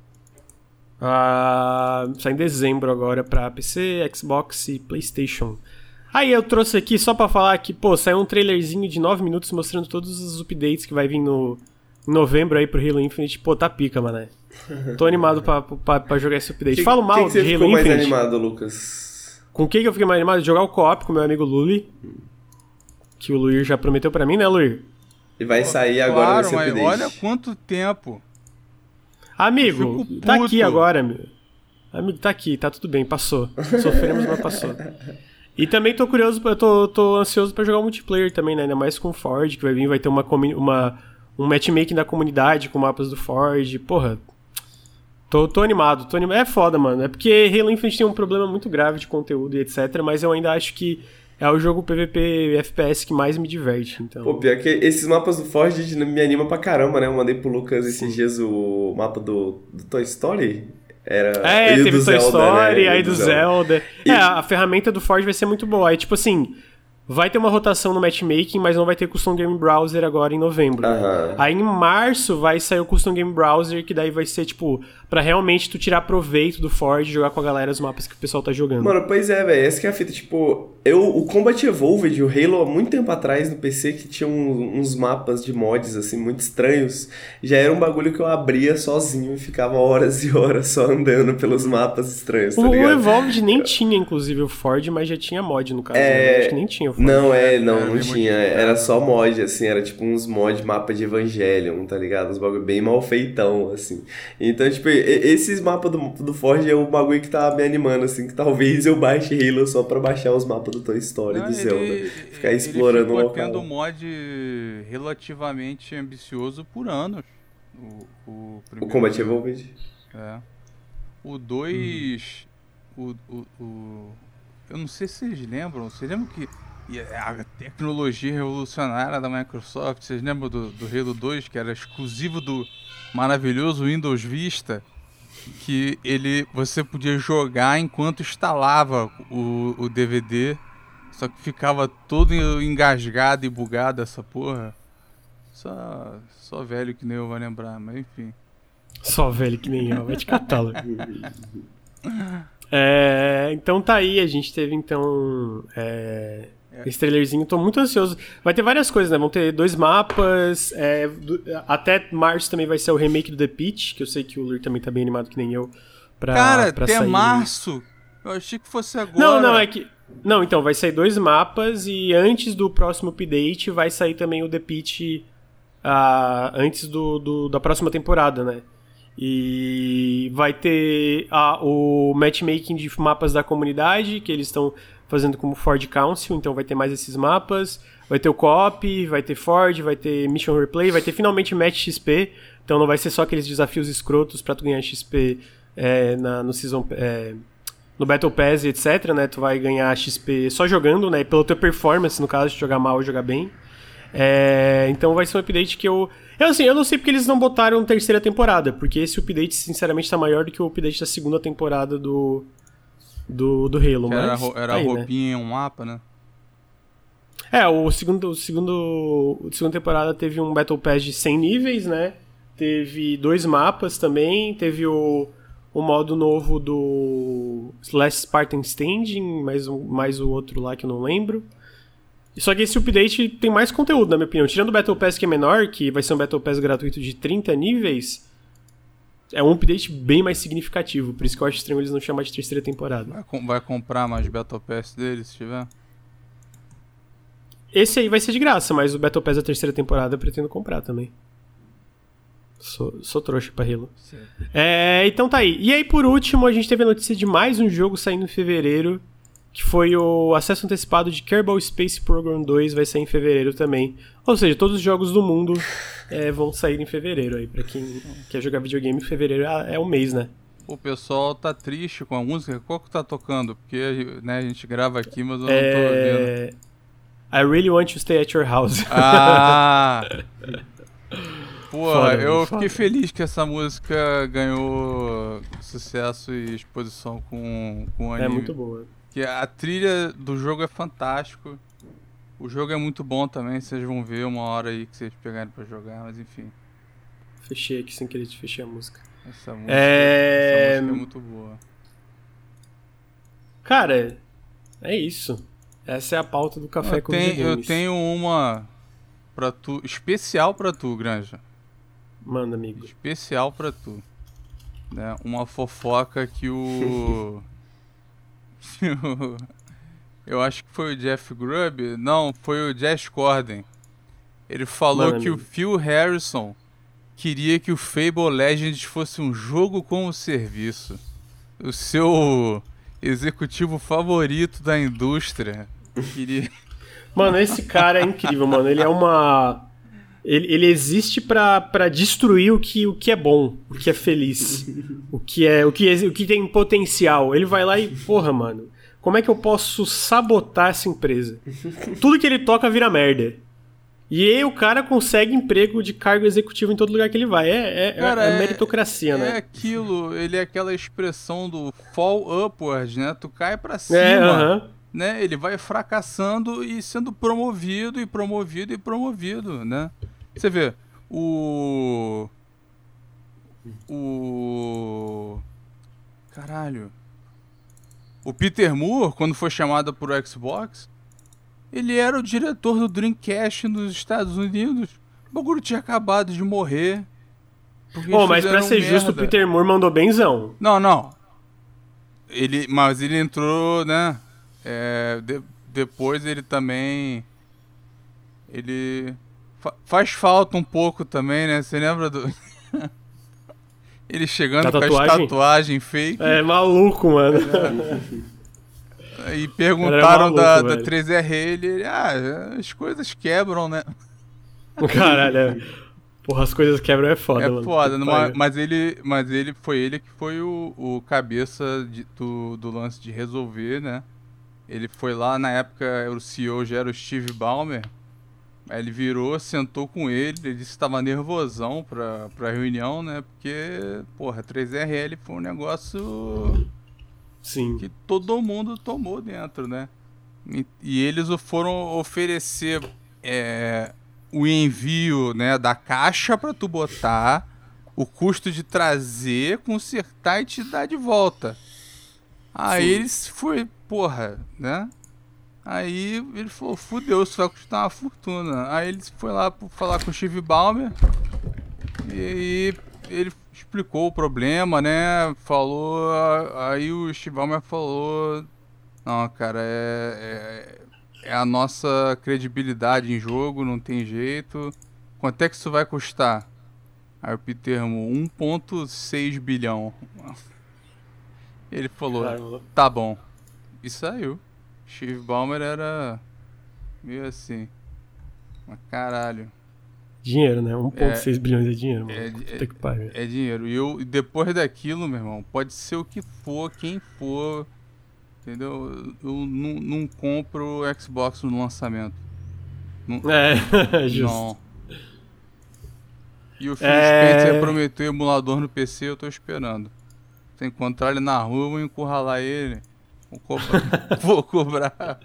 Sai em dezembro agora pra PC, Xbox e PlayStation. Aí eu trouxe aqui só pra falar que, saiu um trailerzinho de 9 minutos mostrando todos os updates que vai vir em novembro aí pro Halo Infinite. Tá pica, mané. Tô animado pra jogar esse update. Falo mal de Halo Infinite. Você ficou mais animado, Lucas? Com o que eu fiquei mais animado? Jogar o co-op com meu amigo Luli. Que o Luir já prometeu pra mim, né, Luir? E vai sair agora nesse update. Olha quanto tempo. Amigo, tá aqui agora, meu. Amigo, tá aqui, tá tudo bem, passou. Sofremos, mas passou. E também tô curioso, tô ansioso pra jogar o multiplayer também, né? Ainda mais com o Ford, que vai vir, vai ter uma um matchmaking da comunidade com mapas do Forge. Porra, tô animado. É foda, mano. É porque Halo Infinite tem um problema muito grave de conteúdo e etc, mas eu ainda acho que é o jogo PVP FPS que mais me diverte, então... Pô, pior que esses mapas do Forge me animam pra caramba, né? Eu mandei pro Lucas esses dias o mapa do Toy Story. Teve do Toy Story, né? Aí do Zelda. A ferramenta do Forge vai ser muito boa. Aí, tipo assim... Vai ter uma rotação no matchmaking, mas não vai ter Custom Game Browser agora em novembro. Aí em março vai sair o Custom Game Browser, que daí vai ser, tipo, pra realmente tu tirar proveito do Forge e jogar com a galera os mapas que o pessoal tá jogando. Mano, pois é, velho. Essa que é a fita. Tipo, o Combat Evolved, o Halo, há muito tempo atrás no PC, que tinha uns mapas de mods, assim, muito estranhos, já era um bagulho que eu abria sozinho e ficava horas e horas só andando pelos mapas estranhos, tá ligado? O Evolved nem tinha, inclusive, o Forge, mas já tinha mod, no caso. Né? Acho que nem tinha o Forge. Não tinha. Era só mod, assim, era tipo uns mod mapa de Evangelion, tá ligado? Uns bagulho bem mal feitão, assim. Então, tipo, esses mapas do Forge é o bagulho que tá me animando, assim, que talvez eu baixe Halo só pra baixar os mapas do Toy Story, do Zelda. Ficar explorando o local. Ele ficou tendo mod relativamente ambicioso por anos. O Combat Evolved. O 2... Eu não sei se vocês lembram. Vocês lembram que a tecnologia revolucionária da Microsoft, vocês lembram do Halo 2, que era exclusivo do maravilhoso Windows Vista, que você podia jogar enquanto instalava o DVD, só que ficava todo engasgado e bugado essa porra. Só velho que nem eu vai lembrar, mas enfim. Só velho que nem eu, vai te catar. Então tá aí, a gente teve então esse trailerzinho, tô muito ansioso. Vai ter várias coisas, né? Vão ter 2 mapas, até março também vai ser o remake do The Pitch, que eu sei que o Lur também tá bem animado que nem eu. Cara, até sair... março? Eu achei que fosse agora. Não, é que... Não, então, vai sair 2 mapas e antes do próximo update vai sair também o The Pitch antes da próxima temporada, né? E vai ter o matchmaking de mapas da comunidade, que eles estão fazendo como Forge Council, então vai ter mais esses mapas. Vai ter o co-op, vai ter Forge, vai ter Mission Replay, vai ter finalmente Match XP, então não vai ser só aqueles desafios escrotos pra tu ganhar XP no Season... no Battle Pass e etc, né? Tu vai ganhar XP só jogando, né? Pela tua performance, no caso, de jogar mal ou jogar bem. Então vai ser um update que eu não sei porque eles não botaram terceira temporada, porque esse update, sinceramente, tá maior do que o update da segunda temporada do Halo. Mas era a roupinha em um mapa, né? A segunda temporada teve um Battle Pass de 100 níveis, né? Teve 2 mapas também, teve o modo novo do Last Spartan Standing, mais o outro lá que eu não lembro. Só que esse update tem mais conteúdo, na minha opinião. Tirando o Battle Pass que é menor, que vai ser um Battle Pass gratuito de 30 níveis, é um update bem mais significativo. Por isso que eu acho estranho eles não chamar de terceira temporada. Vai comprar mais Battle Pass deles, se tiver? Esse aí vai ser de graça, mas o Battle Pass da terceira temporada eu pretendo comprar também. Sou trouxa pra Halo. Então tá aí. E aí, por último, a gente teve a notícia de mais um jogo saindo em fevereiro, que foi o acesso antecipado de Kerbal Space Program 2, vai sair em fevereiro também. Ou seja, todos os jogos do mundo vão sair em fevereiro aí. Pra quem quer jogar videogame, fevereiro é um mês, né? O pessoal tá triste com a música. Qual que tá tocando? Porque, né, a gente grava aqui, mas eu não tô ouvindo. I Really Want to Stay at Your House. Pô, eu fiquei feliz que essa música ganhou sucesso e exposição com o anime. É muito boa. Que a trilha do jogo é fantástico. O jogo é muito bom também, vocês vão ver uma hora aí que vocês pegarem pra jogar, mas enfim. Fechei aqui sem querer, fechei a música. Essa música é muito boa. Cara, é isso. Essa é a pauta do Café com Videogames. Eu tenho uma pra tu, especial pra tu, Granja. Manda, amigo. Especial pra tu. Né? Uma fofoca que o... eu acho que foi o Jeff Grubb. Não, foi o Jez Corden. Ele falou que o Phil Harrison queria que o Fable Legends fosse um jogo como serviço. O seu executivo favorito da indústria queria... Mano, esse cara é incrível, mano. Ele é uma... Ele existe pra destruir o que é bom, o que é feliz, o que tem potencial. Ele vai lá e, porra, mano, como é que eu posso sabotar essa empresa? Tudo que ele toca vira merda. E aí o cara consegue emprego de cargo executivo em todo lugar que ele vai. Cara, é meritocracia, né? É aquilo, ele é aquela expressão do fall upwards, né? Tu cai pra cima, né? Ele vai fracassando e sendo promovido, e promovido, e promovido, né? Você vê, Caralho. O Peter Moore, quando foi chamado pro Xbox, ele era o diretor do Dreamcast nos Estados Unidos. O bagulho tinha acabado de morrer. Mas pra ser justo, o Peter Moore mandou benzão. Não. Mas ele entrou, né? Depois ele também... Ele... Faz falta um pouco também, né? Você lembra do... Ele chegando com as tatuagens fake. É maluco, mano. E perguntaram da 3R, ele... as coisas quebram, né? Caralho, porra, as coisas quebram é foda, mano. É foda, mas ele que foi o cabeça do lance de resolver, né? Ele foi lá, na época, o CEO já era o Steve Ballmer. Aí ele virou, sentou com ele disse que estava nervosão pra reunião, né? Porque, porra, 3RL foi um negócio... Sim. Que todo mundo tomou dentro, né? E eles foram oferecer o envio, né, da caixa pra tu botar, o custo de trazer, consertar e te dar de volta. Aí eles foi, porra, né? Aí ele falou, fudeu, isso vai custar uma fortuna. Aí ele foi lá falar com o Steve Ballmer e ele explicou o problema, né? Falou, aí o Steve Ballmer falou, não, cara, é a nossa credibilidade em jogo, não tem jeito. Quanto é que isso vai custar? Aí o Peter Moore, 1,6 bilhão. Ele falou, caramba, tá bom. E saiu. Steve Ballmer era meio assim. Mas caralho. Dinheiro, né? 1,6 bilhões é dinheiro, mano. Puta que pariu. É dinheiro. E depois daquilo, meu irmão, pode ser o que for, quem for, entendeu? Eu não compro o Xbox no lançamento. Justo. Não. E o Phil Spencer prometeu emulador no PC, eu tô esperando. Se eu encontrar ele na rua, eu vou encurralar ele. Vou cobrar.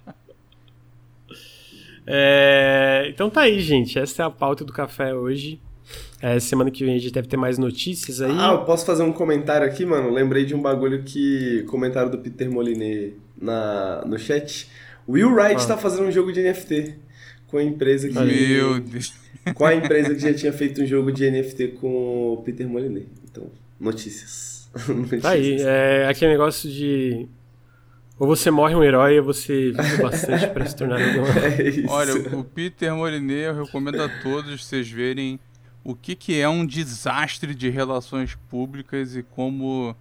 Então tá aí, gente. Essa é a pauta do café hoje. Semana que vem a gente deve ter mais notícias aí. Eu posso fazer um comentário aqui, mano? Lembrei de um bagulho comentário do Peter Molyneux no chat. O Will Wright tá fazendo um jogo de NFT com a empresa que... Meu Deus. Com a empresa que já tinha feito um jogo de NFT com o Peter Molyneux. Então, notícias. Tá aí. Aquele negócio de... Ou você morre um herói ou você vive bastante pra se tornar um herói. Olha, o Peter Molyneux, eu recomendo a todos vocês verem o que é um desastre de relações públicas e como...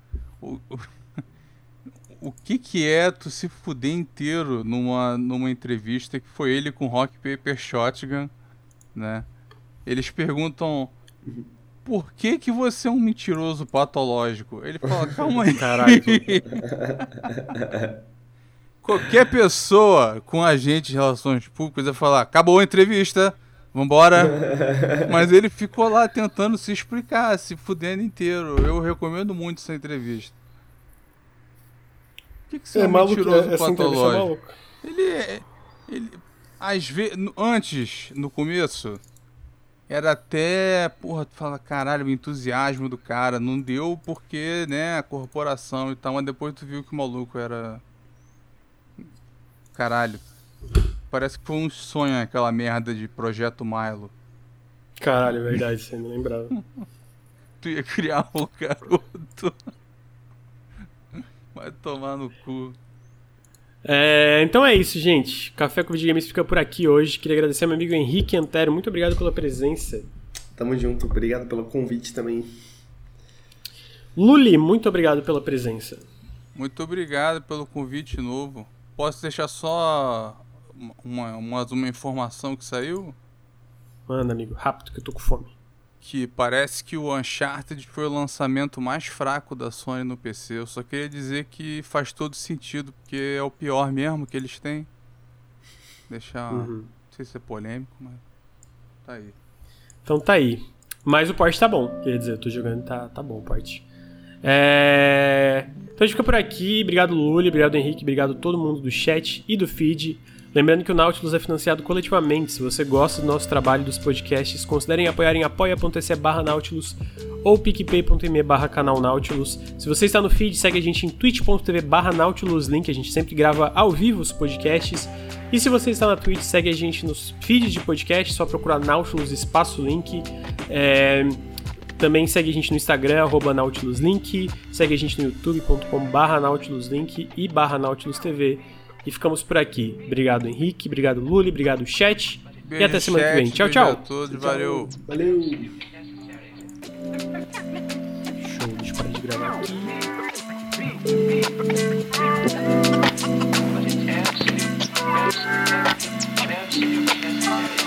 O que é tu se fuder inteiro numa entrevista que foi ele com Rock Paper Shotgun, né? Eles perguntam... Por que você é um mentiroso patológico? Ele fala, calma aí. Caralho. Qualquer pessoa com agente de relações públicas vai falar, acabou a entrevista, vambora. Mas ele ficou lá tentando se explicar, se fudendo inteiro. Eu recomendo muito essa entrevista. O que você é um mentiroso patológico? Ele às vezes, antes, no começo... Era até, porra, tu fala, caralho, o entusiasmo do cara. Não deu porque, né, a corporação e tal, mas depois tu viu que o maluco era... Caralho. Parece que foi um sonho aquela merda de Projeto Milo. Caralho, é verdade, você não lembrava. Tu ia criar um garoto. Vai tomar no cu. Então é isso, gente. Café com Videogames fica por aqui hoje. Queria agradecer ao meu amigo Henrique Antero. Muito obrigado pela presença. Tamo junto. Obrigado pelo convite também. Luli, muito obrigado pela presença. Muito obrigado pelo convite novo. Posso deixar só uma informação que saiu? Manda, amigo, rápido que eu tô com fome. Que parece que o Uncharted foi o lançamento mais fraco da Sony no PC. Eu só queria dizer que faz todo sentido, porque é o pior mesmo que eles têm. Deixar... Não sei se é polêmico, mas... Tá aí. Então tá aí. Mas o port tá bom. Quer dizer, eu tô jogando, tá bom o port. Então a gente fica por aqui. Obrigado, Luli. Obrigado, Henrique. Obrigado a todo mundo do chat e do feed. Lembrando que o Nautilus é financiado coletivamente. Se você gosta do nosso trabalho e dos podcasts, considerem apoiar em apoia.se/Nautilus ou picpay.me/canal Nautilus. Se você está no feed, segue a gente em twitch.tv/Nautiluslink. A gente sempre grava ao vivo os podcasts. E se você está na Twitch, segue a gente nos feeds de podcast, só procurar Nautilus espaço link. Também segue a gente no Instagram, @NautilusLink. Segue a gente no youtube.com/NautilusLink e /NautilusTV. E ficamos por aqui. Obrigado, Henrique. Obrigado, Luli. Obrigado, chat. Beijo, e até semana que vem. Tchau, beijo tchau. a todos, valeu. Valeu. Show, deixa eu parar de gravar aqui. But it's absolute